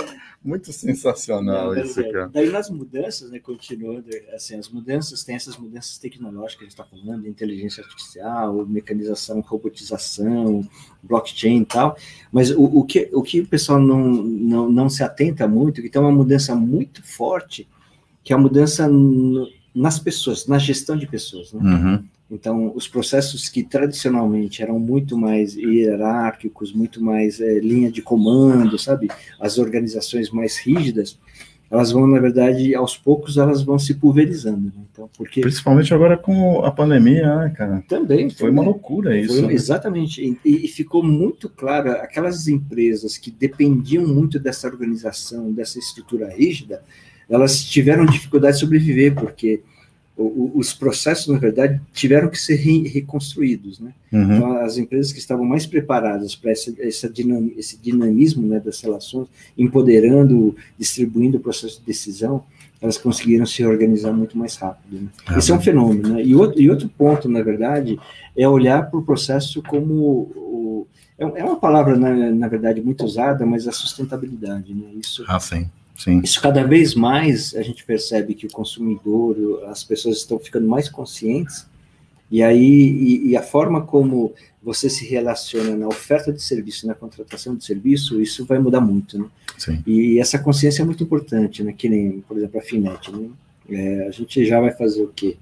muito sensacional isso, cara. Daí nas mudanças, né, continuando, assim, as mudanças, tem essas mudanças tecnológicas que a gente está falando, inteligência artificial, mecanização, robotização, blockchain e tal, mas o que o pessoal não se atenta muito, que tem uma mudança muito forte, que é a mudança nas pessoas, na gestão de pessoas, né? Uhum. Então, os processos que tradicionalmente eram muito mais hierárquicos, muito mais linha de comando, sabe? As organizações mais rígidas, elas vão, na verdade, aos poucos, elas vão se pulverizando. Né? Então, porque... Principalmente agora com a pandemia, né, cara? Também. Foi uma loucura isso. Né? Exatamente. E ficou muito claro, aquelas empresas que dependiam muito dessa organização, dessa estrutura rígida, elas tiveram dificuldade de sobreviver, porque os processos, na verdade, tiveram que ser reconstruídos, né? Uhum. Então, as empresas que estavam mais preparadas para esse dinamismo, né, das relações, empoderando, distribuindo o processo de decisão, elas conseguiram se organizar muito mais rápido. Né? Esse é um fenômeno, né? E outro ponto, na verdade, é olhar para o processo como... é uma palavra, na verdade, muito usada, mas a sustentabilidade, né? Isso, sim. Sim. Isso cada vez mais a gente percebe que o consumidor, as pessoas estão ficando mais conscientes, e aí a forma como você se relaciona na oferta de serviço, na contratação de serviço, isso vai mudar muito, né? Sim. E essa consciência é muito importante, né? Que nem, por exemplo, a Finet, né? A gente já vai fazer o quê?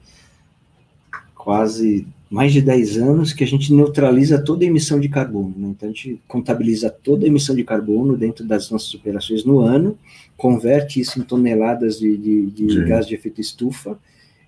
Quase mais de 10 anos que a gente neutraliza toda a emissão de carbono, né? Então a gente contabiliza toda a emissão de carbono dentro das nossas operações no ano, converte isso em toneladas de gás de efeito estufa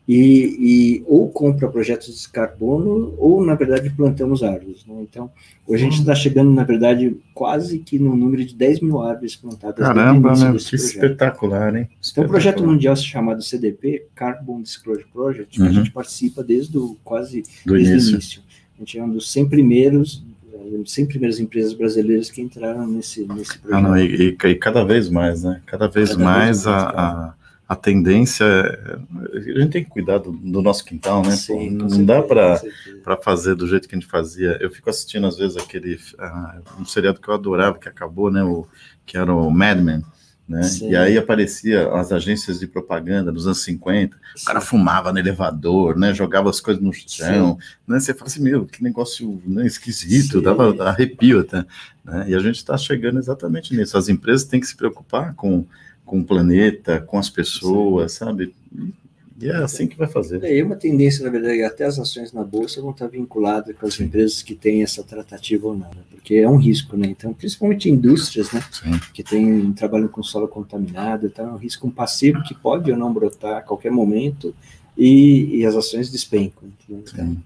e ou compra projetos de carbono ou, na verdade, plantamos árvores, né? Então, hoje a gente está chegando, na verdade, quase que no número de 10 mil árvores plantadas. Caramba, né? Que espetacular, hein? Então, o projeto mundial chamado CDP, Carbon Disclosure Project, que a gente participa desde o início. A gente é um dos 100 primeiras empresas brasileiras que entraram nesse projeto. E cada vez mais, né? Cada vez mais a tendência, a gente tem que cuidar do nosso quintal, né? Sim, não dá para fazer do jeito que a gente fazia. Eu fico assistindo, às vezes, um seriado que eu adorava, que acabou, né? Que era o Mad Men, né? Sim. E aí aparecia as agências de propaganda dos anos 50, o cara fumava no elevador, né? Jogava as coisas no chão, né? Você fala assim, meu, que negócio, né, esquisito, dava arrepio até, né? E a gente está chegando exatamente nisso. As empresas têm que se preocupar com o planeta, com as pessoas, sabe? E é assim que vai fazer. É uma tendência, na verdade, até as ações na Bolsa vão estar vinculadas com as empresas que têm essa tratativa ou não, né? Porque é um risco, né? Então, principalmente indústrias, né? Que trabalham com solo contaminado, então é um risco passivo que pode ou não brotar a qualquer momento e as ações despencam. Então,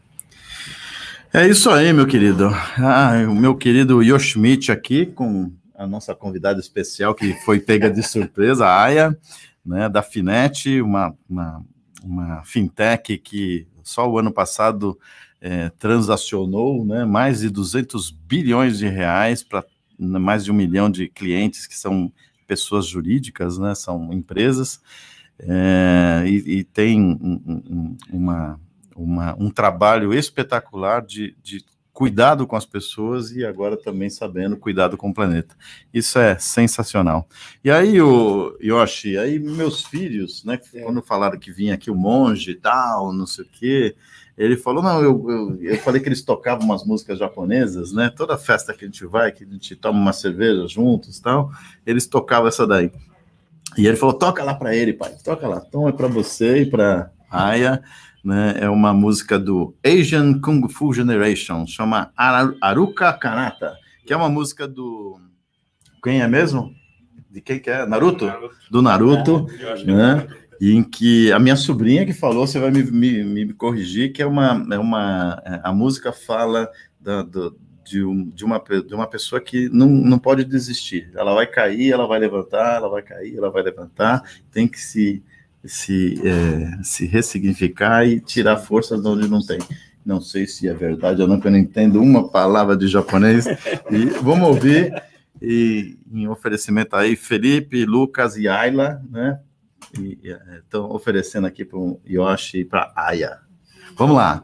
é isso aí, meu querido. O meu querido Yoshimichi aqui com a nossa convidada especial, que foi pega de surpresa, a Aya, né, da Finet, uma fintech que só o ano passado transacionou, né, mais de 200 bilhões de reais para mais de 1 milhão de clientes que são pessoas jurídicas, né, são empresas, e tem um trabalho espetacular de cuidado com as pessoas e agora também sabendo cuidado com o planeta. Isso é sensacional. E aí, Yoshi, aí meus filhos, né, quando falaram que vinha aqui o monge e tal, não sei o quê, ele falou, não, eu falei que eles tocavam umas músicas japonesas, né, toda festa que a gente vai, que a gente toma uma cerveja juntos e tal, eles tocavam essa daí. E ele falou, toca lá para ele, pai, toca lá, então é para você e para Aya, né, é uma música do Asian Kung Fu Generation, chama Aruka Kanata, que é uma música do... Quem é mesmo? De quem que é? Naruto? Do Naruto, né? E em que a minha sobrinha que falou, você vai me corrigir, que a música fala de uma pessoa que não pode desistir. Ela vai cair, ela vai levantar, ela vai cair, ela vai levantar, tem que se ressignificar e tirar forças de onde não tem. Não sei se é verdade ou não, porque eu não entendo uma palavra de japonês. E vamos ouvir, e em oferecimento aí, Felipe, Lucas e Ayla, né? Estão oferecendo aqui para o Yoshi e para a Aya. Vamos lá.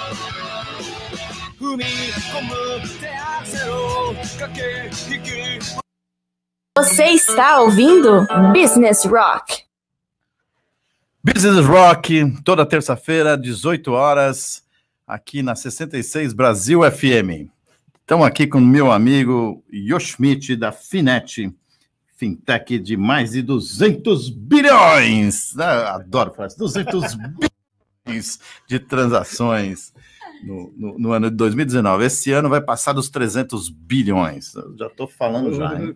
Você está ouvindo Business Rock. Business Rock, toda terça-feira, 18 horas, aqui na 66 Brasil FM. Estamos aqui com o meu amigo Yoshimite, da Finet, fintech de mais de 200 bilhões. Adoro falar isso, 200 bilhões de transações no ano de 2019. Esse ano vai passar dos 300 bilhões. Eu já estou falando já, hein?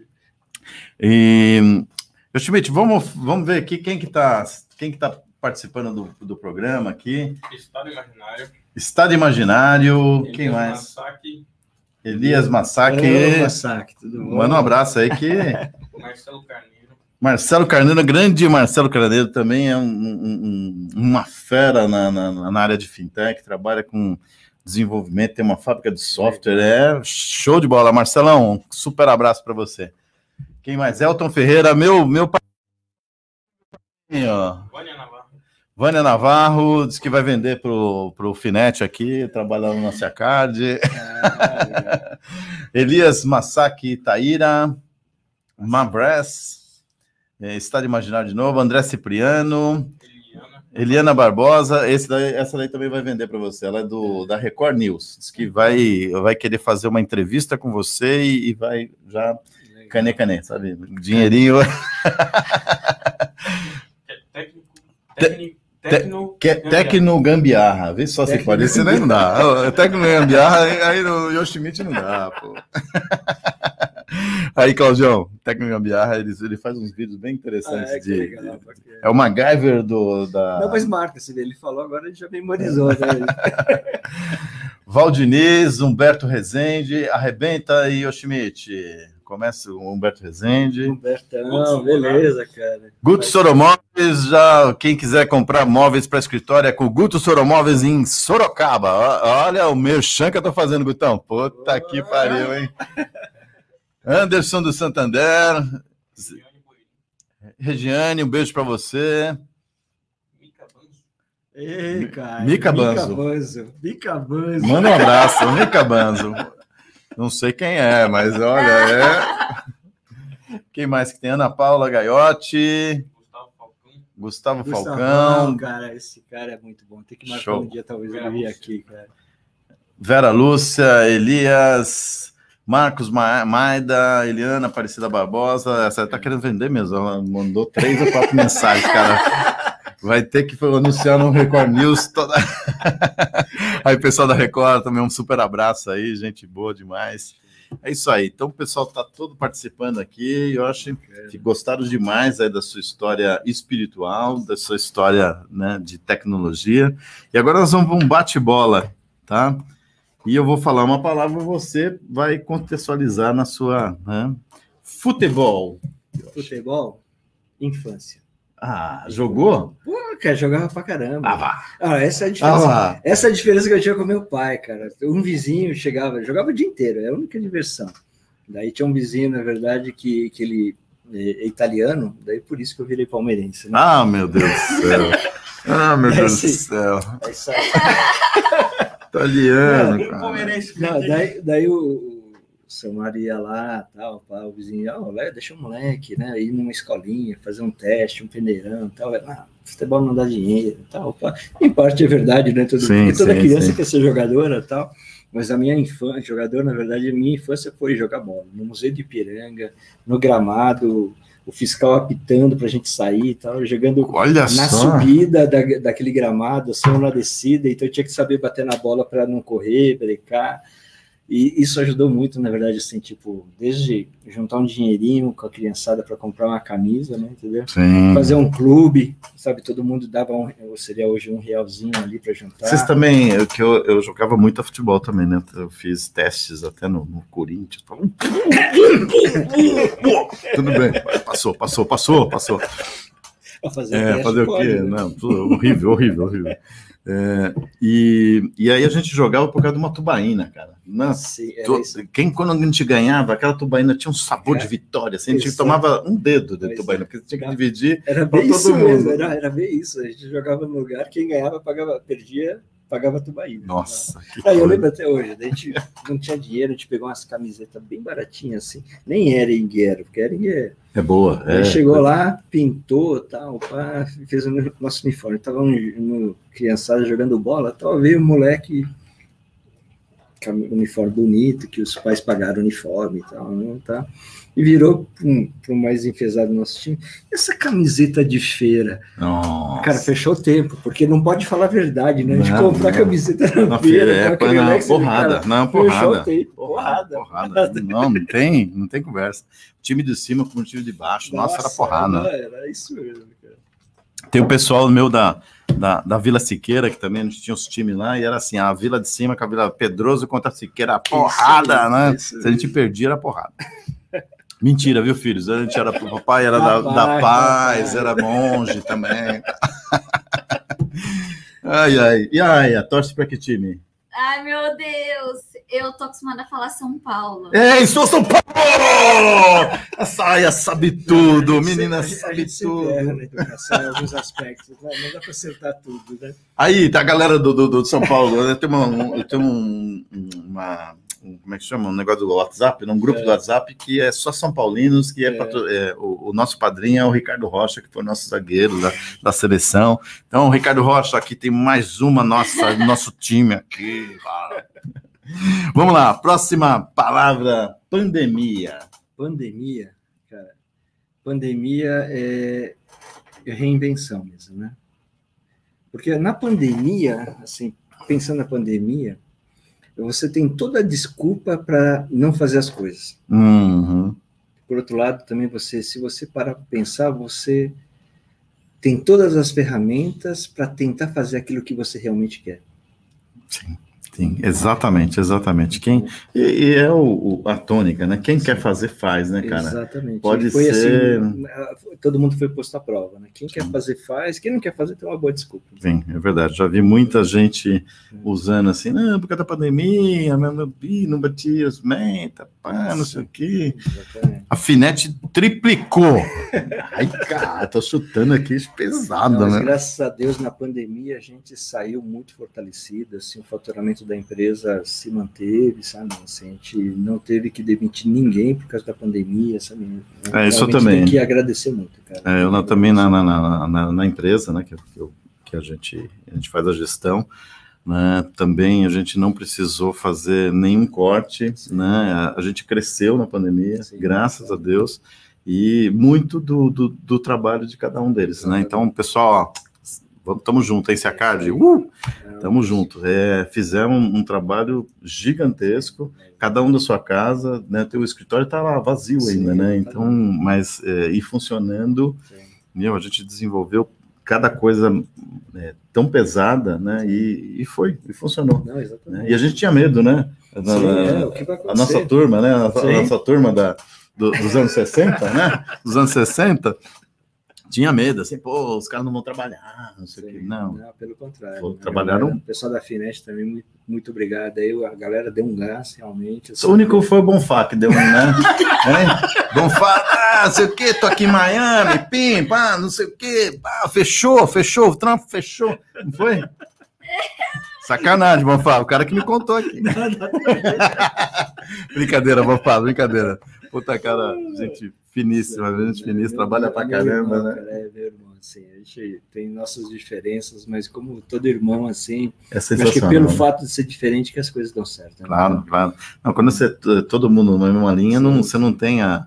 E, Yoshimite, vamos ver aqui quem que tá participando do programa aqui. Estado Imaginário. Quem mais? Elias Massaki. Tudo bom? Manda um abraço aí que... Marcelo Carneiro, grande Marcelo Carneiro, também é uma fera na área de fintech, trabalha com desenvolvimento, tem uma fábrica de software, é show de bola. Marcelão, um super abraço para você. Quem mais? Elton Ferreira, meu pai. Vânia Navarro, diz que vai vender pro Finet aqui, trabalhando na Ciacard. Elias Massaki Taíra, Mabres, Estado Imaginário de novo, André Cipriano, Eliana Barbosa, essa daí também vai vender para você, ela é da Record News, diz que vai querer fazer uma entrevista com você e vai já canê, sabe? Dinheirinho. Tecno Gambiarra, vê só se pode, esse nem não dá. Tecno Gambiarra, aí no Yoshimite não dá, pô. Aí, Claudião, Tecno Gambiarra, ele faz uns vídeos bem interessantes. Legal, é o MacGyver da... Não, mas marca, se ele falou, agora ele já memorizou, né? Valdiniz, Humberto Rezende, arrebenta aí, Yoshimite. Começa o Humberto Rezende. Humbertão, beleza, cara. Guto Soromóveis, já quem quiser comprar móveis para escritório é com o Guto Soromóveis em Sorocaba. Olha o merchan que eu tô fazendo, Gutão. Puta que pariu, hein? Anderson do Santander. Regiane, um beijo para você. Ei, cara. Mica Banzo. Manda um abraço, Mica Banzo. Não sei quem é, mas olha, Quem mais que tem? Ana Paula Gaiotti. Gustavo Falcão. Cara, esse cara é muito bom. Tem que marcar um dia, talvez, ele vir aqui, cara. Vera Lúcia, Elias, Marcos Maida, Eliana Aparecida Barbosa. Essa tá querendo vender mesmo. Ela mandou 3 ou 4 mensagens, cara. Vai ter que anunciar no Record News toda. Aí, pessoal da Record, também um super abraço aí, gente boa demais. É isso aí. Então, o pessoal está todo participando aqui. Eu acho que gostaram demais aí da sua história espiritual, da sua história, né, de tecnologia. E agora nós vamos para um bate-bola, tá? E eu vou falar uma palavra, você vai contextualizar na sua, né? Futebol. Infância. Ah, jogou? Pô, cara, jogava pra caramba. Essa é a diferença. Essa é a diferença que eu tinha com meu pai, cara. Um vizinho jogava o dia inteiro, é a única diversão. Daí tinha um vizinho, na verdade, que ele é italiano, daí por isso que eu virei palmeirense. Né? Ah, meu Deus do céu. Deus do céu. É isso aí. Italiano, cara. Daí o seu marido ia lá, tal, o vizinho, deixa o moleque, né, ir numa escolinha, fazer um teste, um peneirão, tal, futebol não dá dinheiro, tal, em parte é verdade, né, porque toda criança quer ser jogadora, tal, mas a minha infância, jogador, na verdade, a minha infância foi jogar bola, no Museu de Ipiranga, no gramado, o fiscal apitando pra gente sair, tal, jogando na subida daquele gramado, assim, na descida, então eu tinha que saber bater na bola para não correr, brecar. E isso ajudou muito, na verdade, assim, tipo, desde juntar um dinheirinho com a criançada para comprar uma camisa, né, entendeu? Sim. Fazer um clube, sabe, todo mundo dava seria hoje R$1 ali para juntar. Vocês também, eu jogava muito a futebol também, né, eu fiz testes até no Corinthians. Tudo bem, passou. Fazer o quê? Não, horrível. E aí a gente jogava por causa de uma tubaína, cara. Nossa, quando a gente ganhava, aquela tubaína tinha um sabor de vitória, assim, a gente tomava um dedo de tubaína, porque você tinha que dividir era bem todo isso mundo. Mesmo, era bem isso, a gente jogava no lugar, quem ganhava perdia pagava tubaína. Nossa, que Aí eu coisa. lembro até hoje, a gente não tinha dinheiro, a gente pegou umas camisetas bem baratinhas assim, nem Hering era, porque Hering É boa. Aí chegou lá, pintou, tal, pá, fez o nosso uniforme. Tava no criançada jogando bola, tal, veio um moleque com um uniforme bonito, que os pais pagaram o uniforme e tal, né, tá? E virou para o mais enfesado do nosso time. Essa camiseta de feira, Nossa. cara, fechou o tempo, porque não pode falar a verdade, né? De Não, comprar não. camiseta na Na feira, feira, com aquele não, Lex, porrada, cara, não, fechou porrada. o tempo, porrada. Não tem conversa. O time de cima com o time de baixo, nossa, era porrada. Era isso mesmo, cara. Tem o pessoal meu da Vila Siqueira, que também a gente tinha os times lá, e era assim, a Vila de cima com a Vila Pedroso contra a Siqueira, porrada, né? Se a gente perdia, era porrada. Mentira, viu, filhos? A gente era, o papai era da paz, era monge também. Ai, e a torce para que time? Ai, meu Deus. Eu tô acostumada a falar São Paulo. Sou São Paulo! A Saia sabe tudo, menina sabe tudo. Erra na educação em alguns aspectos, né? Não dá para acertar tudo, né? Aí, tá a galera do São Paulo, né? Tem como é que chama? Um negócio do WhatsApp, um grupo do WhatsApp que é só São Paulinos, que o nosso padrinho é o Ricardo Rocha, que foi o nosso zagueiro da seleção. Então, Ricardo Rocha, aqui tem mais uma nosso time aqui. Vamos lá, próxima palavra, pandemia. Pandemia, cara. Pandemia é reinvenção mesmo, né? Porque na pandemia, assim, pensando na pandemia, você tem toda a desculpa para não fazer as coisas. Uhum. Por outro lado, também se você parar para pensar, você tem todas as ferramentas para tentar fazer aquilo que você realmente quer. Sim, exatamente. E é a tônica, né? Quem quer fazer, faz, né, cara? Exatamente. Pode foi ser... assim, todo mundo foi posto à prova, né? Quem quer fazer, faz. Quem não quer fazer, tem uma boa desculpa. Sim, é verdade. Já vi muita gente usando assim, não, por causa da pandemia, não batia as metas, não sei o quê. Exatamente. A Finet triplicou. Ai, cara, tô chutando aqui pesado, Mas, né? graças a Deus, na pandemia, a gente saiu muito fortalecido, assim, o faturamento da empresa se manteve, sabe? Assim, a gente não teve que demitir ninguém por causa da pandemia, sabe? Isso Realmente também. Tem que agradecer muito, cara. Eu também na empresa, né, que a gente faz a gestão, né, também a gente não precisou fazer nenhum corte, né, a gente cresceu na pandemia, graças a Deus, e muito do trabalho de cada um deles, né? Então, pessoal, tamo junto, hein, Seacard? Tamo junto. Fizemos um trabalho gigantesco, cada um da sua casa, né? Teu escritório tá lá vazio ainda, né? Então, mas e funcionando, a gente desenvolveu cada coisa tão pesada, né? E funcionou. Não, exatamente. Né? E a gente tinha medo, né? O que vai acontecer? A nossa turma, né? A nossa turma dos anos 60, né? Dos anos 60. Tinha medo, assim, os caras não vão trabalhar, não sei o que. Não, pelo contrário. Trabalharam. O pessoal da Finet também, muito, muito obrigado. Aí a galera deu um gás, realmente. Assim, o único foi o Bonfá que deu um, né? Bonfá, não sei o que, tô aqui em Miami, não sei o que, fechou, o trampo fechou, não foi? Sacanagem, Bonfá, o cara que me contou aqui. Brincadeira, Bonfá, brincadeira. Puta cara, gente finíssima, trabalha pra caramba, irmão, né? Cara, meu irmão, assim, a gente tem nossas diferenças, mas como todo irmão, assim, acho que pelo fato de ser diferente que as coisas dão certo. Né? Claro. Não, quando todo mundo na mesma linha, você não tem É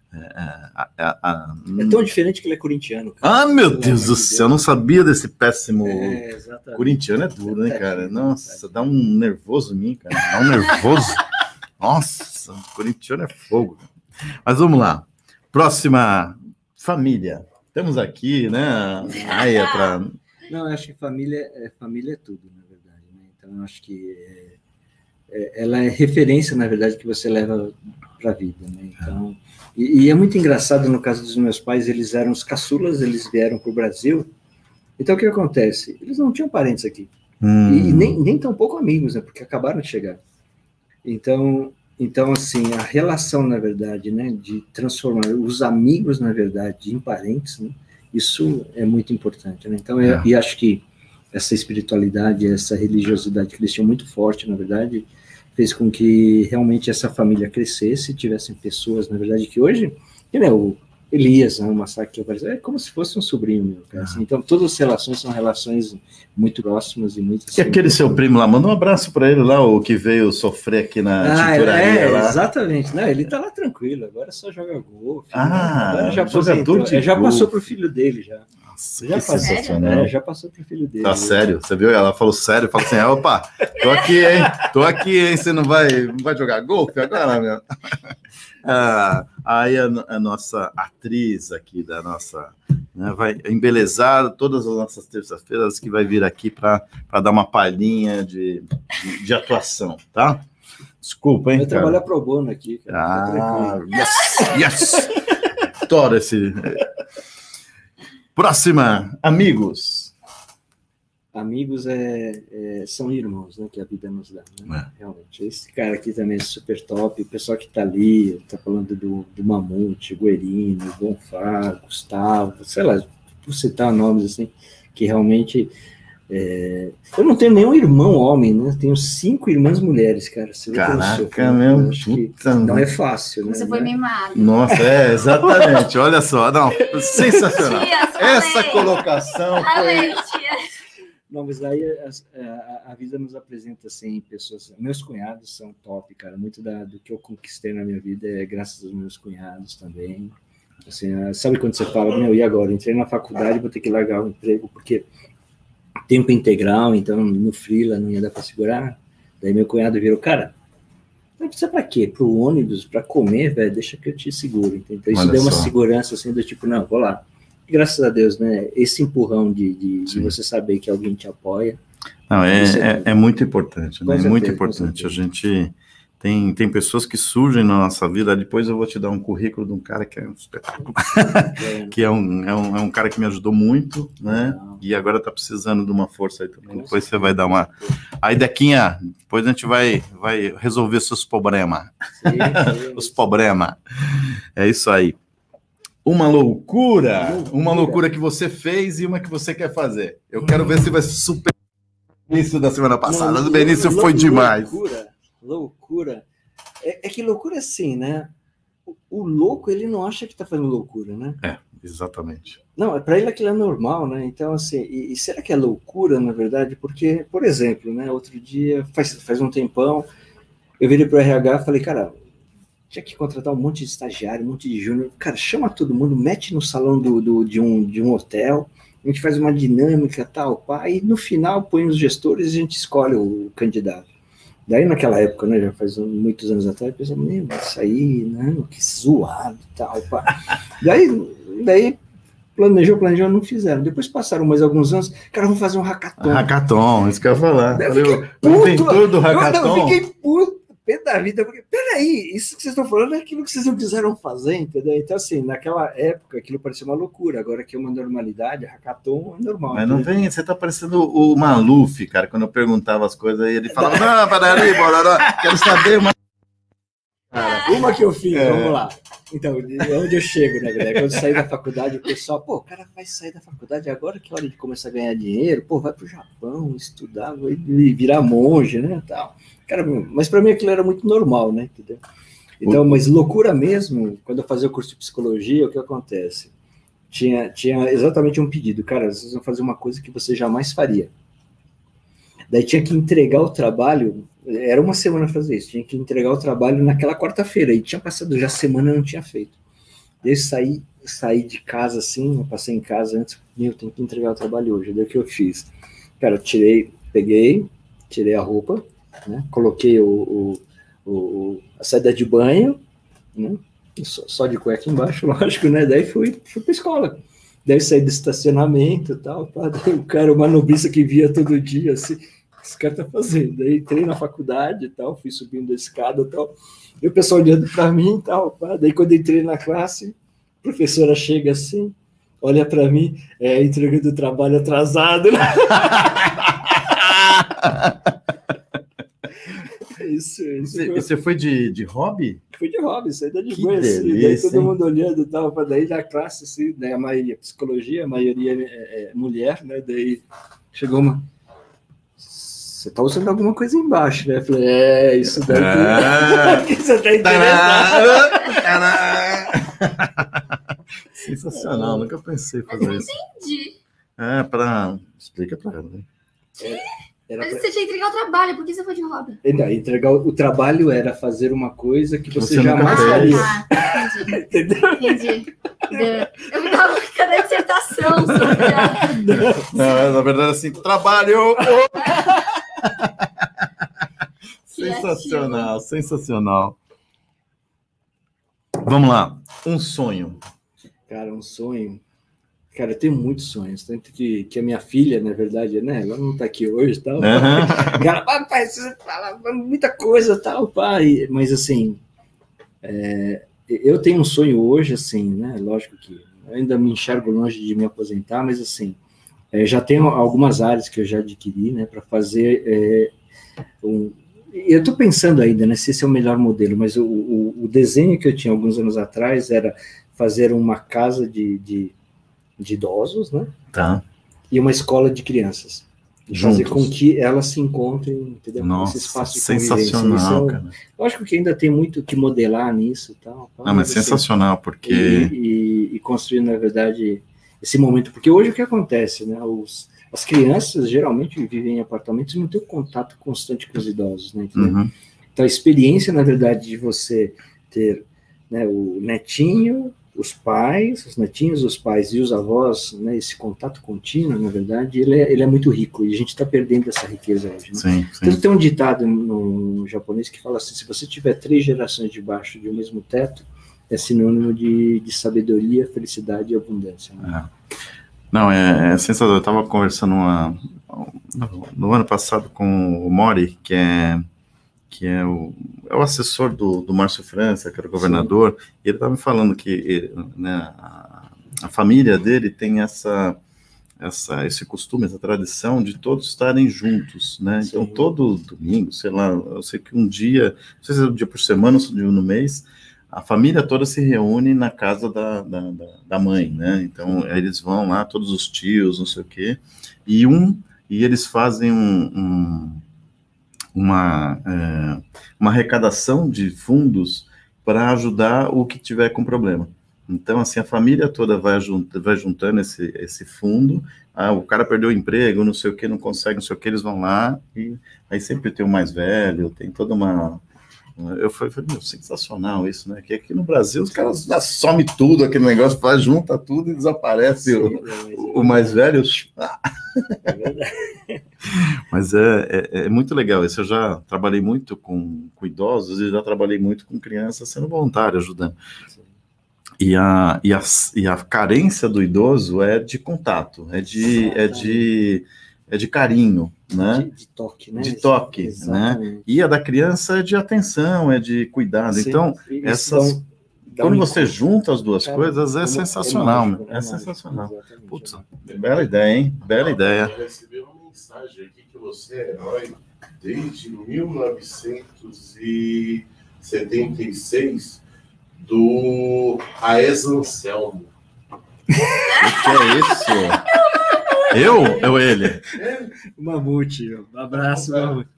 tão diferente que ele é corintiano. Cara. Meu Deus do céu, eu não sabia desse péssimo... Corintiano é duro, né, cara? Nossa, dá um nervoso em mim, cara. Dá um nervoso. Nossa, corintiano é fogo. Mas vamos lá. Próxima, família. Temos aqui, né, a Aya para... Não, eu acho que família é tudo, na verdade. Né? Então, eu acho que ela é referência, na verdade, que você leva para a vida. Né? Então, e é muito engraçado, no caso dos meus pais, eles eram os caçulas, eles vieram para o Brasil. Então, o que acontece? Eles não tinham parentes aqui. E nem tão pouco amigos, né? Porque acabaram de chegar. Então, assim, a relação, na verdade, né, de transformar os amigos, na verdade, em parentes, né, isso é muito importante. Né? Então, e acho que essa espiritualidade, essa religiosidade que eles tinham muito forte, na verdade, fez com que realmente essa família crescesse, tivessem pessoas, na verdade, que hoje, o Elias, né, o massacre que apareceu, é como se fosse um sobrinho meu, cara, assim. Então, todas as relações são relações muito próximas e muito... E aquele seu primo lá, manda um abraço para ele lá, o que veio sofrer aqui na tinturaria lá. Exatamente, né? Ele tá lá tranquilo, agora só joga golfe. Né? Já passou pro filho dele, já. Nossa, já passou, sensacional. Já passou pro filho dele. Tá sério? Você viu? Ela falou sério, falou assim, opa, tô aqui, hein? Você não vai jogar golfe agora, meu? Aí a nossa atriz aqui da nossa, né, vai embelezar todas as nossas terças-feiras, que vai vir aqui para dar uma palhinha de atuação, tá? Desculpa, hein, eu cara. trabalho pro bono aqui, cara. Yes! Adoro esse... Próxima, amigos. Amigos são irmãos, né, que a vida nos dá, né? Realmente. Esse cara aqui também é super top, o pessoal que tá ali, tá falando do Mamute, Guerino, Bonfá, Gustavo, sei lá, por citar nomes assim, que realmente... eu não tenho nenhum irmão homem, né? Tenho 5 irmãs mulheres, cara. Caraca, meu, não é fácil, né? Você foi mimado. Nossa, exatamente. Olha só, não, sensacional. Essa colocação foi... Não, mas aí a vida nos apresenta, assim, pessoas... Meus cunhados são top, cara. Muito do que eu conquistei na minha vida é graças aos meus cunhados também. Assim, sabe quando você fala, e agora? Entrei na faculdade, vou ter que largar o emprego, porque... tempo integral, então no freela não ia dar para segurar. Daí meu cunhado virou, cara, não precisa para quê? Para o ônibus, para comer, velho, deixa que eu te seguro. Então isso deu uma segurança assim do tipo, não, vou lá. E, graças a Deus, né? Esse empurrão de você saber que alguém te apoia. Não, é muito importante, né? Certeza, muito importante. A gente tem pessoas que surgem na nossa vida. Depois eu vou te dar um currículo de um cara que é um espetáculo, que é um cara que me ajudou muito, né? E agora tá precisando de uma força aí também. Depois você vai dar uma... Aí, Dequinha, depois a gente vai resolver seus problemas. Os problemas. É isso aí. Uma loucura que você fez e uma que você quer fazer. Eu quero ver se vai superar isso da semana passada. Do Benício foi demais. Loucura. É que loucura é assim, né? O louco, ele não acha que tá fazendo loucura, né? Exatamente. Não, para ele aquilo é normal, né? Então, assim, e será que é loucura, na verdade? Porque, por exemplo, né? Outro dia, faz um tempão, eu virei pro RH e falei, cara, tinha que contratar um monte de estagiário, um monte de júnior. Cara, chama todo mundo, mete no salão de um hotel, a gente faz uma dinâmica, tal, pá, e no final põe os gestores e a gente escolhe o candidato. Daí, naquela época, né, já faz muitos anos atrás, eu pensava, meu, isso aí, né, que zoado e tal, pá. Daí planejou, não fizeram. Depois passaram mais alguns anos, cara, vamos fazer um hackathon. Hackathon, isso que eu ia falar. Eu inventor do hackathon. Eu fiquei puto, pé da vida, porque, peraí, isso que vocês estão falando é aquilo que vocês não quiseram fazer, entendeu? Então, assim, naquela época, aquilo parecia uma loucura, agora que é uma normalidade, hackathon é normal. Mas não vem, você tá parecendo o Maluf, cara, quando eu perguntava as coisas, aí ele falava, não, peraí, bora, quero saber uma... Uma que eu fiz, vamos lá. Então, onde eu chego, na verdade, quando eu saí da faculdade, o pessoal, o cara vai sair da faculdade agora que é hora de começar a ganhar dinheiro, vai pro Japão estudar, vai virar monge, né, tal. Cara, mas para mim aquilo era muito normal, né, entendeu? Então, mas loucura mesmo, quando eu fazia o curso de psicologia, o que acontece? Tinha exatamente um pedido, cara, vocês vão fazer uma coisa que você jamais faria. Daí tinha que entregar o trabalho, era uma semana fazer isso, tinha que entregar o trabalho naquela quarta-feira, e tinha passado já a semana, eu não tinha feito. Daí eu saí de casa assim, eu passei em casa antes, eu tenho que entregar o trabalho hoje, daí o que eu fiz? Cara, tirei a roupa, né, coloquei a saída de banho, né, só de cueca embaixo, lógico, né, daí fui pra escola. Daí saí do estacionamento e tal, daí o cara, uma nobrista que via todo dia, assim, esse cara tá fazendo. Daí entrei na faculdade e tal, fui subindo a escada e tal, e o pessoal olhando para mim e tal, daí quando entrei na classe, a professora chega assim, olha para mim, entregando o trabalho atrasado, né? Isso. Você foi de hobby? Fui de hobby, saída de banho, assim, daí todo mundo olhando e tal, daí na classe, assim, daí a maioria psicologia, a maioria é mulher, né, daí chegou uma... Você tá usando alguma coisa embaixo, né? Eu falei, isso daqui... Você tá interessado. Sensacional, nunca pensei em fazer isso. Entendi. Explica pra ela, né? Mas você tinha que entregar o trabalho, por que você foi de roda? Entregar o trabalho era fazer uma coisa que você nunca jamais fez. faria. Entendi. Entendeu? Entendi. Eu me tava ficando na dissertação sobre Não, na verdade, assim, trabalho! Sensacional, sensacional. Vamos lá, um sonho. Cara, um sonho. Cara, eu tenho muitos sonhos. Tanto que a minha filha, na verdade, né? Ela não tá aqui hoje e tal. Cara, pai, você fala muita coisa e tal, pai. Mas, assim, eu tenho um sonho hoje, assim, né? Lógico que eu ainda me enxergo longe de me aposentar, mas, assim, já tenho algumas áreas que eu já adquiri, né? Para fazer eu estou pensando ainda, né, se esse é o melhor modelo, mas o desenho que eu tinha alguns anos atrás era fazer uma casa de idosos, né? Tá. E uma escola de crianças. Juntos. Fazer com que elas se encontrem, entendeu? Nossa, Nesse espaço de convivência. sensacional, cara. Lógico que ainda tem muito que modelar nisso e tal. Não, mas sensacional, porque... E construir, na verdade, esse momento. Porque hoje o que acontece, né? As crianças geralmente vivem em apartamentos e não têm contato constante com os idosos, né? Uhum. Então, a experiência, na verdade, de você ter, né, o netinho, os pais, os netinhos, os pais e os avós, né, esse contato contínuo, na verdade, ele é muito rico, e a gente está perdendo essa riqueza hoje. Né? Sim. Então, tem um ditado no japonês que fala assim, se você tiver 3 gerações debaixo de um mesmo teto, é sinônimo de sabedoria, felicidade e abundância. Né? Não, é sensacional. Eu estava conversando no ano passado com o Mori, que é o assessor do Márcio França, que era o governador, sim. E ele estava me falando que né, a família dele tem esse costume, essa tradição de todos estarem juntos, né? Sim. Então, todo domingo, sei lá, eu sei que um dia, não sei se é um dia por semana ou um dia no mês, a família toda se reúne na casa da mãe, né? Então, eles vão lá, todos os tios, não sei o quê, e eles fazem uma arrecadação de fundos para ajudar o que tiver com problema. Então, assim, a família toda vai juntando esse fundo, o cara perdeu o emprego, não sei o que, não consegue, não sei o que, eles vão lá, e aí sempre tem o mais velho, tem toda uma... Eu falei, sensacional isso, né? Que aqui no Brasil os caras somem tudo, aquele negócio, junta tudo e desaparece o mais velho. É verdade. Mas é muito legal isso. Eu já trabalhei muito com idosos e já trabalhei muito com crianças sendo voluntário, ajudando. E a carência do idoso é de contato, é de carinho, né? De toque, né? De toque, né? E a da criança é de atenção, é de cuidado. Sim, então, quando você junta as duas coisas, é sensacional. É sensacional. Putz, bela ideia, hein? Bela ideia. Eu recebi uma mensagem aqui que você é herói desde 1976 do Aes Anselmo. O que é isso? Eu ou ele? Mamute, um abraço, Mamute.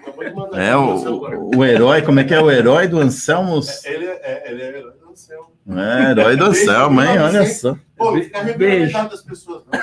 O herói, como é que é o herói do Anselmo? Ele é herói do Anselmo. Herói do Anselmo, hein? Olha só. Pô, fica representado das pessoas, não.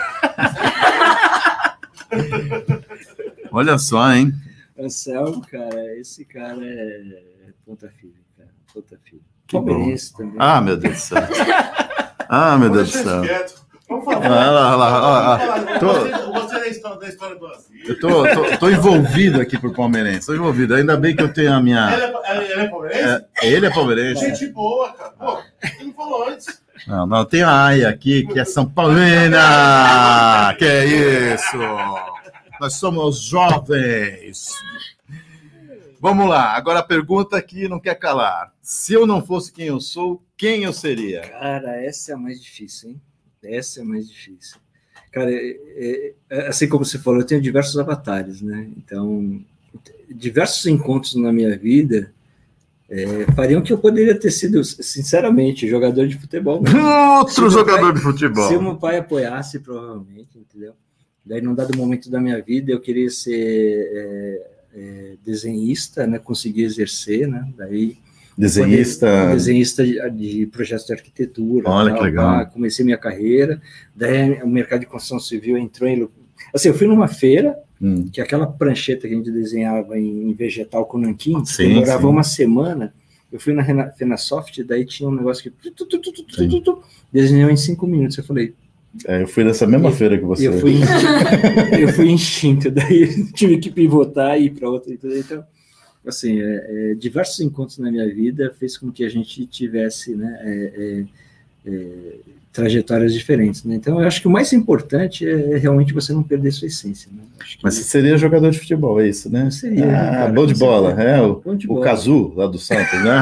Olha só, hein? Anselmo, cara, esse cara é ponta firme, cara. Ponta firme. Palmeirense também. Ah, meu Deus do céu. Meu Deus do céu. Por favor. Gostei da história do asilo. Eu tô envolvido aqui por palmeirense. Tô envolvido. Ainda bem que eu tenho a minha... Ele é palmeirense? Ele é palmeirense. Gente boa, cara. Pô, você não falou antes. Não, tem a Aya aqui, que é São Paulina. Que é isso? Nós somos jovens. Vamos lá. Agora a pergunta que não quer calar. Se eu não fosse quem eu sou, quem eu seria? Cara, essa é a mais difícil, hein? Essa é a mais difícil. Cara, assim como você falou, eu tenho diversos avatares, né? Então, diversos encontros na minha vida fariam que eu poderia ter sido, sinceramente, jogador de futebol. Outro jogador de futebol. Se o meu pai apoiasse, provavelmente, entendeu? Daí, num dado momento da minha vida, eu queria ser desenhista, né? Consegui exercer, né? Daí desenhista de projetos de arquitetura. Olha que legal. Comecei minha carreira. Daí o mercado de construção civil entrou em... Assim, eu fui numa feira, que aquela prancheta que a gente desenhava em vegetal com nanquim, demorava uma semana. Eu fui na Fenasoft, daí tinha um negócio que desenhou em 5 minutos. Eu falei... eu fui nessa mesma feira que você. Eu fui instinto, daí tive que pivotar e ir para outra. Então, assim, diversos encontros na minha vida fez com que a gente tivesse, né, trajetórias diferentes, né? Então, eu acho que o mais do é realmente você não perder sua essência, né? Mas você seria jogador de futebol, é isso, né? Seria. Cara, bom de bola, o Cazu, lá do Santos, né?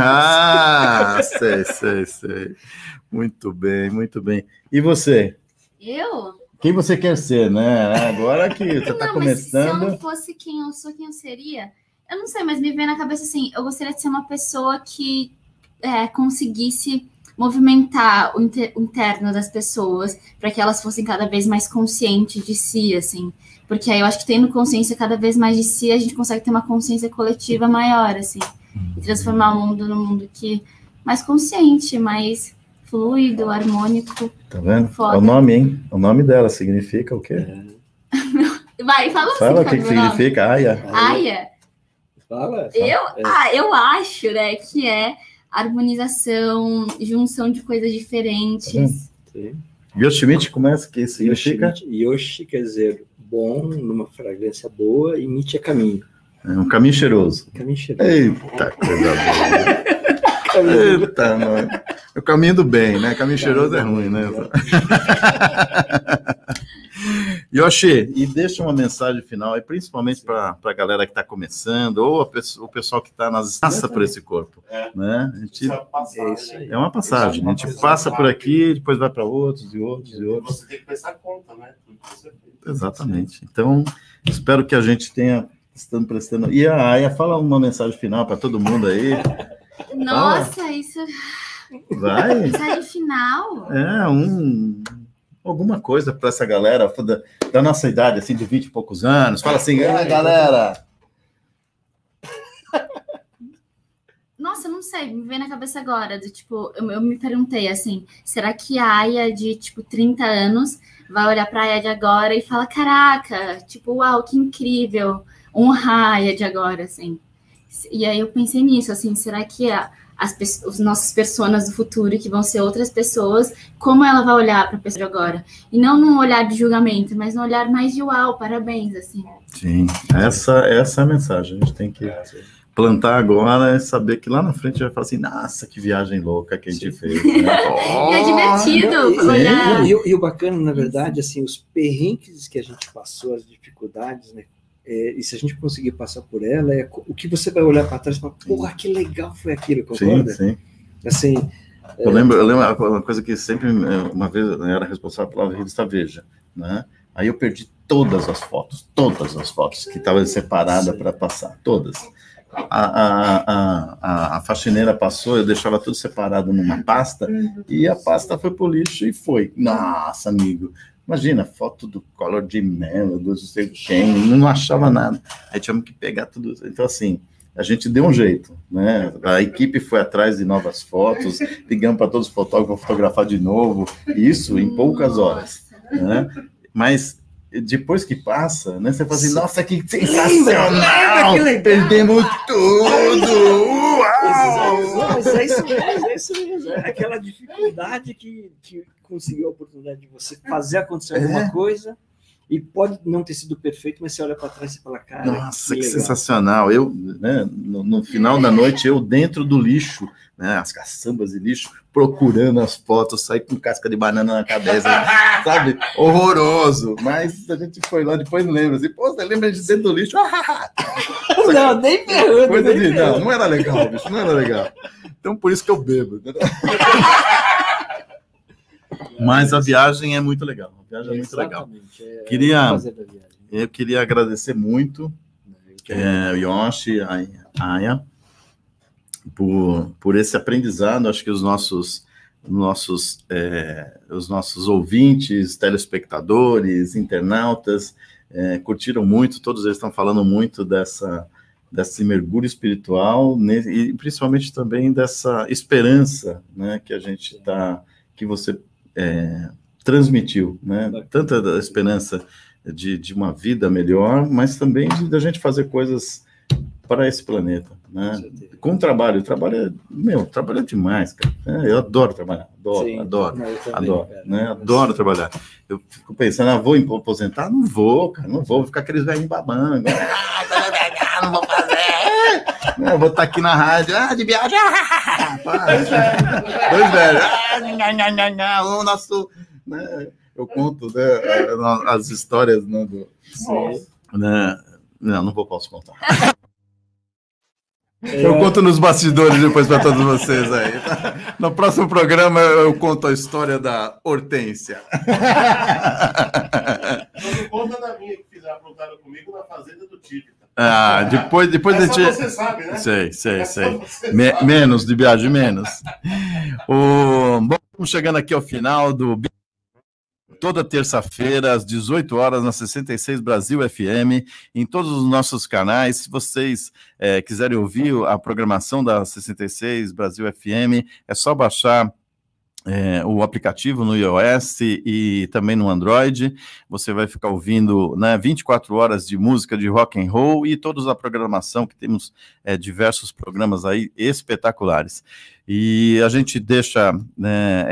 Sei. Muito bem, muito bem. E você? Eu? Quem você quer ser, né? Agora que você está começando... Mas se eu não fosse quem eu sou, quem eu seria? Eu não sei, mas me vem na cabeça assim, eu gostaria de ser uma pessoa que conseguisse movimentar o interno das pessoas para que elas fossem cada vez mais conscientes de si, assim. Porque aí eu acho que tendo consciência cada vez mais de si, a gente consegue ter uma consciência coletiva maior, assim. E transformar o mundo num mundo mais consciente, mais fluido, harmônico. Tá vendo? Foda. É o nome, hein? O nome dela significa o quê? Vai, fala o que significa Aya. Aya? Fala. Eu acho, né, que é harmonização, junção de coisas diferentes. Sim. Yoshimichi, começa, que significa? Yoshi quer dizer bom, numa fragrância boa, e Michi é caminho. É um caminho cheiroso. Eita, coisa boa. Eita, mano. É o caminho do bem, né? Caminho cheiroso é ruim, né? Yoshi, e deixa uma mensagem final aí, principalmente para a galera que está começando, ou o pessoal que está nas passa por esse corpo, né? A gente, é uma passagem, a gente passa por aqui, depois vai para outros e outros e outros. Você tem que prestar conta, né? Exatamente. Então, espero que a gente tenha estando prestando. E a Aya, fala uma mensagem final para todo mundo aí. Nossa, isso. Vai. Mensagem final. Alguma coisa para essa galera da nossa idade, assim, de 20 e poucos anos. Fala assim, galera. Nossa, não sei, me veio na cabeça agora, eu me perguntei assim, será que a Aya de, 30 anos vai olhar pra Aya de agora e fala, caraca, uau, que incrível, honrar a Aya de agora, assim. E aí eu pensei nisso, assim, será que os nossos personas do futuro, que vão ser outras pessoas, como ela vai olhar para a pessoa de agora? E não num olhar de julgamento, mas num olhar mais de uau, parabéns, assim. Sim, essa é a mensagem. A gente tem que plantar agora e saber que lá na frente vai falar assim, nossa, que viagem louca que a gente fez. Né? É divertido olhar. E o bacana, na verdade, assim, os perrengues que a gente passou, as dificuldades, né? E se a gente conseguir passar por ela, o que você vai olhar para trás e falar, porra, que legal foi aquilo, concorda? Sim. Assim, eu lembro uma coisa que sempre, uma vez, eu era responsável pela revista Veja, né? Aí eu perdi todas as fotos que estavam separadas para passar, todas. A faxineira passou, eu deixava tudo separado numa pasta, e a pasta foi pro lixo e foi. Nossa, amigo, imagina, foto do Collor de Mello, do sei quem, não achava nada. Aí tivemos que pegar tudo. Então, assim, a gente deu um jeito, né? A equipe foi atrás de novas fotos, ligamos para todos os fotógrafos fotografar de novo, isso em poucas horas, né? Mas depois que passa, né? Você fala assim, nossa, que sensacional! Perdemos tudo! Uau! Mas é isso mesmo. Aquela dificuldade que conseguiu a oportunidade de você fazer acontecer alguma coisa, e pode não ter sido perfeito, mas você olha para trás e fala, cara, nossa, que sensacional. Eu, né, no final da noite, eu dentro do lixo, né, as caçambas de lixo, procurando as fotos, saí com casca de banana na cabeça, sabe? Horroroso. Mas a gente foi lá, depois lembra assim, pô, você lembra de dentro do lixo? Não, nem ferrando. Não era legal, bicho, não era legal. Então, por isso que eu bebo. Mas a viagem é muito legal. Eu queria agradecer muito o Yoshi, a Aya, por esse aprendizado. Acho que os os nossos ouvintes, telespectadores, internautas, curtiram muito, todos eles estão falando muito desse mergulho espiritual, né, e principalmente também dessa esperança, né, que você transmitiu, né, tanto da esperança de uma vida melhor, mas também da gente fazer coisas para esse planeta, né? Com trabalho é demais, cara. Eu adoro trabalhar, adoro, né? Adoro trabalhar. Eu fico pensando, vou aposentar? Não vou, cara, não vou ficar aqueles velhinhos babando, não vou fazer, eu vou estar aqui na rádio, de viagem, dois velhos, o nosso, né? Eu conto, né, as histórias, né, né? Não posso contar. Eu conto nos bastidores depois para todos vocês aí. Tá? No próximo programa eu conto a história da Hortência. Não conta da minha que fizeram aprontaram comigo na fazenda do Tigre. Depois a gente... Você sabe, né? Sei. Menos de viagem, menos. Bom, estamos chegando aqui ao final do... Toda terça-feira, às 18 horas, na 66 Brasil FM, em todos os nossos canais. Se vocês quiserem ouvir a programação da 66 Brasil FM, é só baixar o aplicativo no iOS e também no Android. Você vai ficar ouvindo, né, 24 horas de música de rock and roll e toda a programação, que temos diversos programas aí espetaculares. E a gente deixa, né,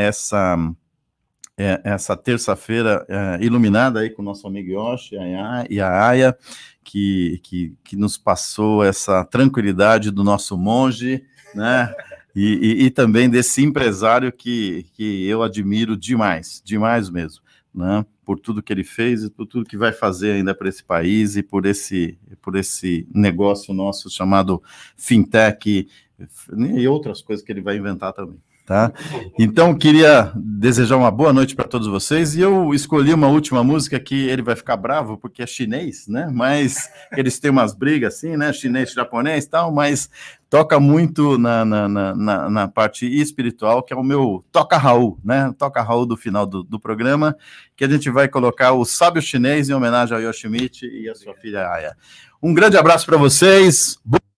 essa terça-feira iluminada aí com o nosso amigo Yoshi e a Aya, que nos passou essa tranquilidade do nosso monge, né? E também desse empresário que eu admiro demais mesmo, né? Por tudo que ele fez e por tudo que vai fazer ainda para esse país e por esse negócio nosso chamado Fintech e outras coisas que ele vai inventar também. Tá? Então, queria desejar uma boa noite para todos vocês, e eu escolhi uma última música que ele vai ficar bravo, porque é chinês, né? Mas eles têm umas brigas assim, né? Chinês, japonês e tal, mas toca muito na parte espiritual, que é o meu Toca Raul, né? Toca Raul do final do programa, que a gente vai colocar o Sábio Chinês em homenagem ao Yoshimichi e a sua filha Aya. Um grande abraço para vocês.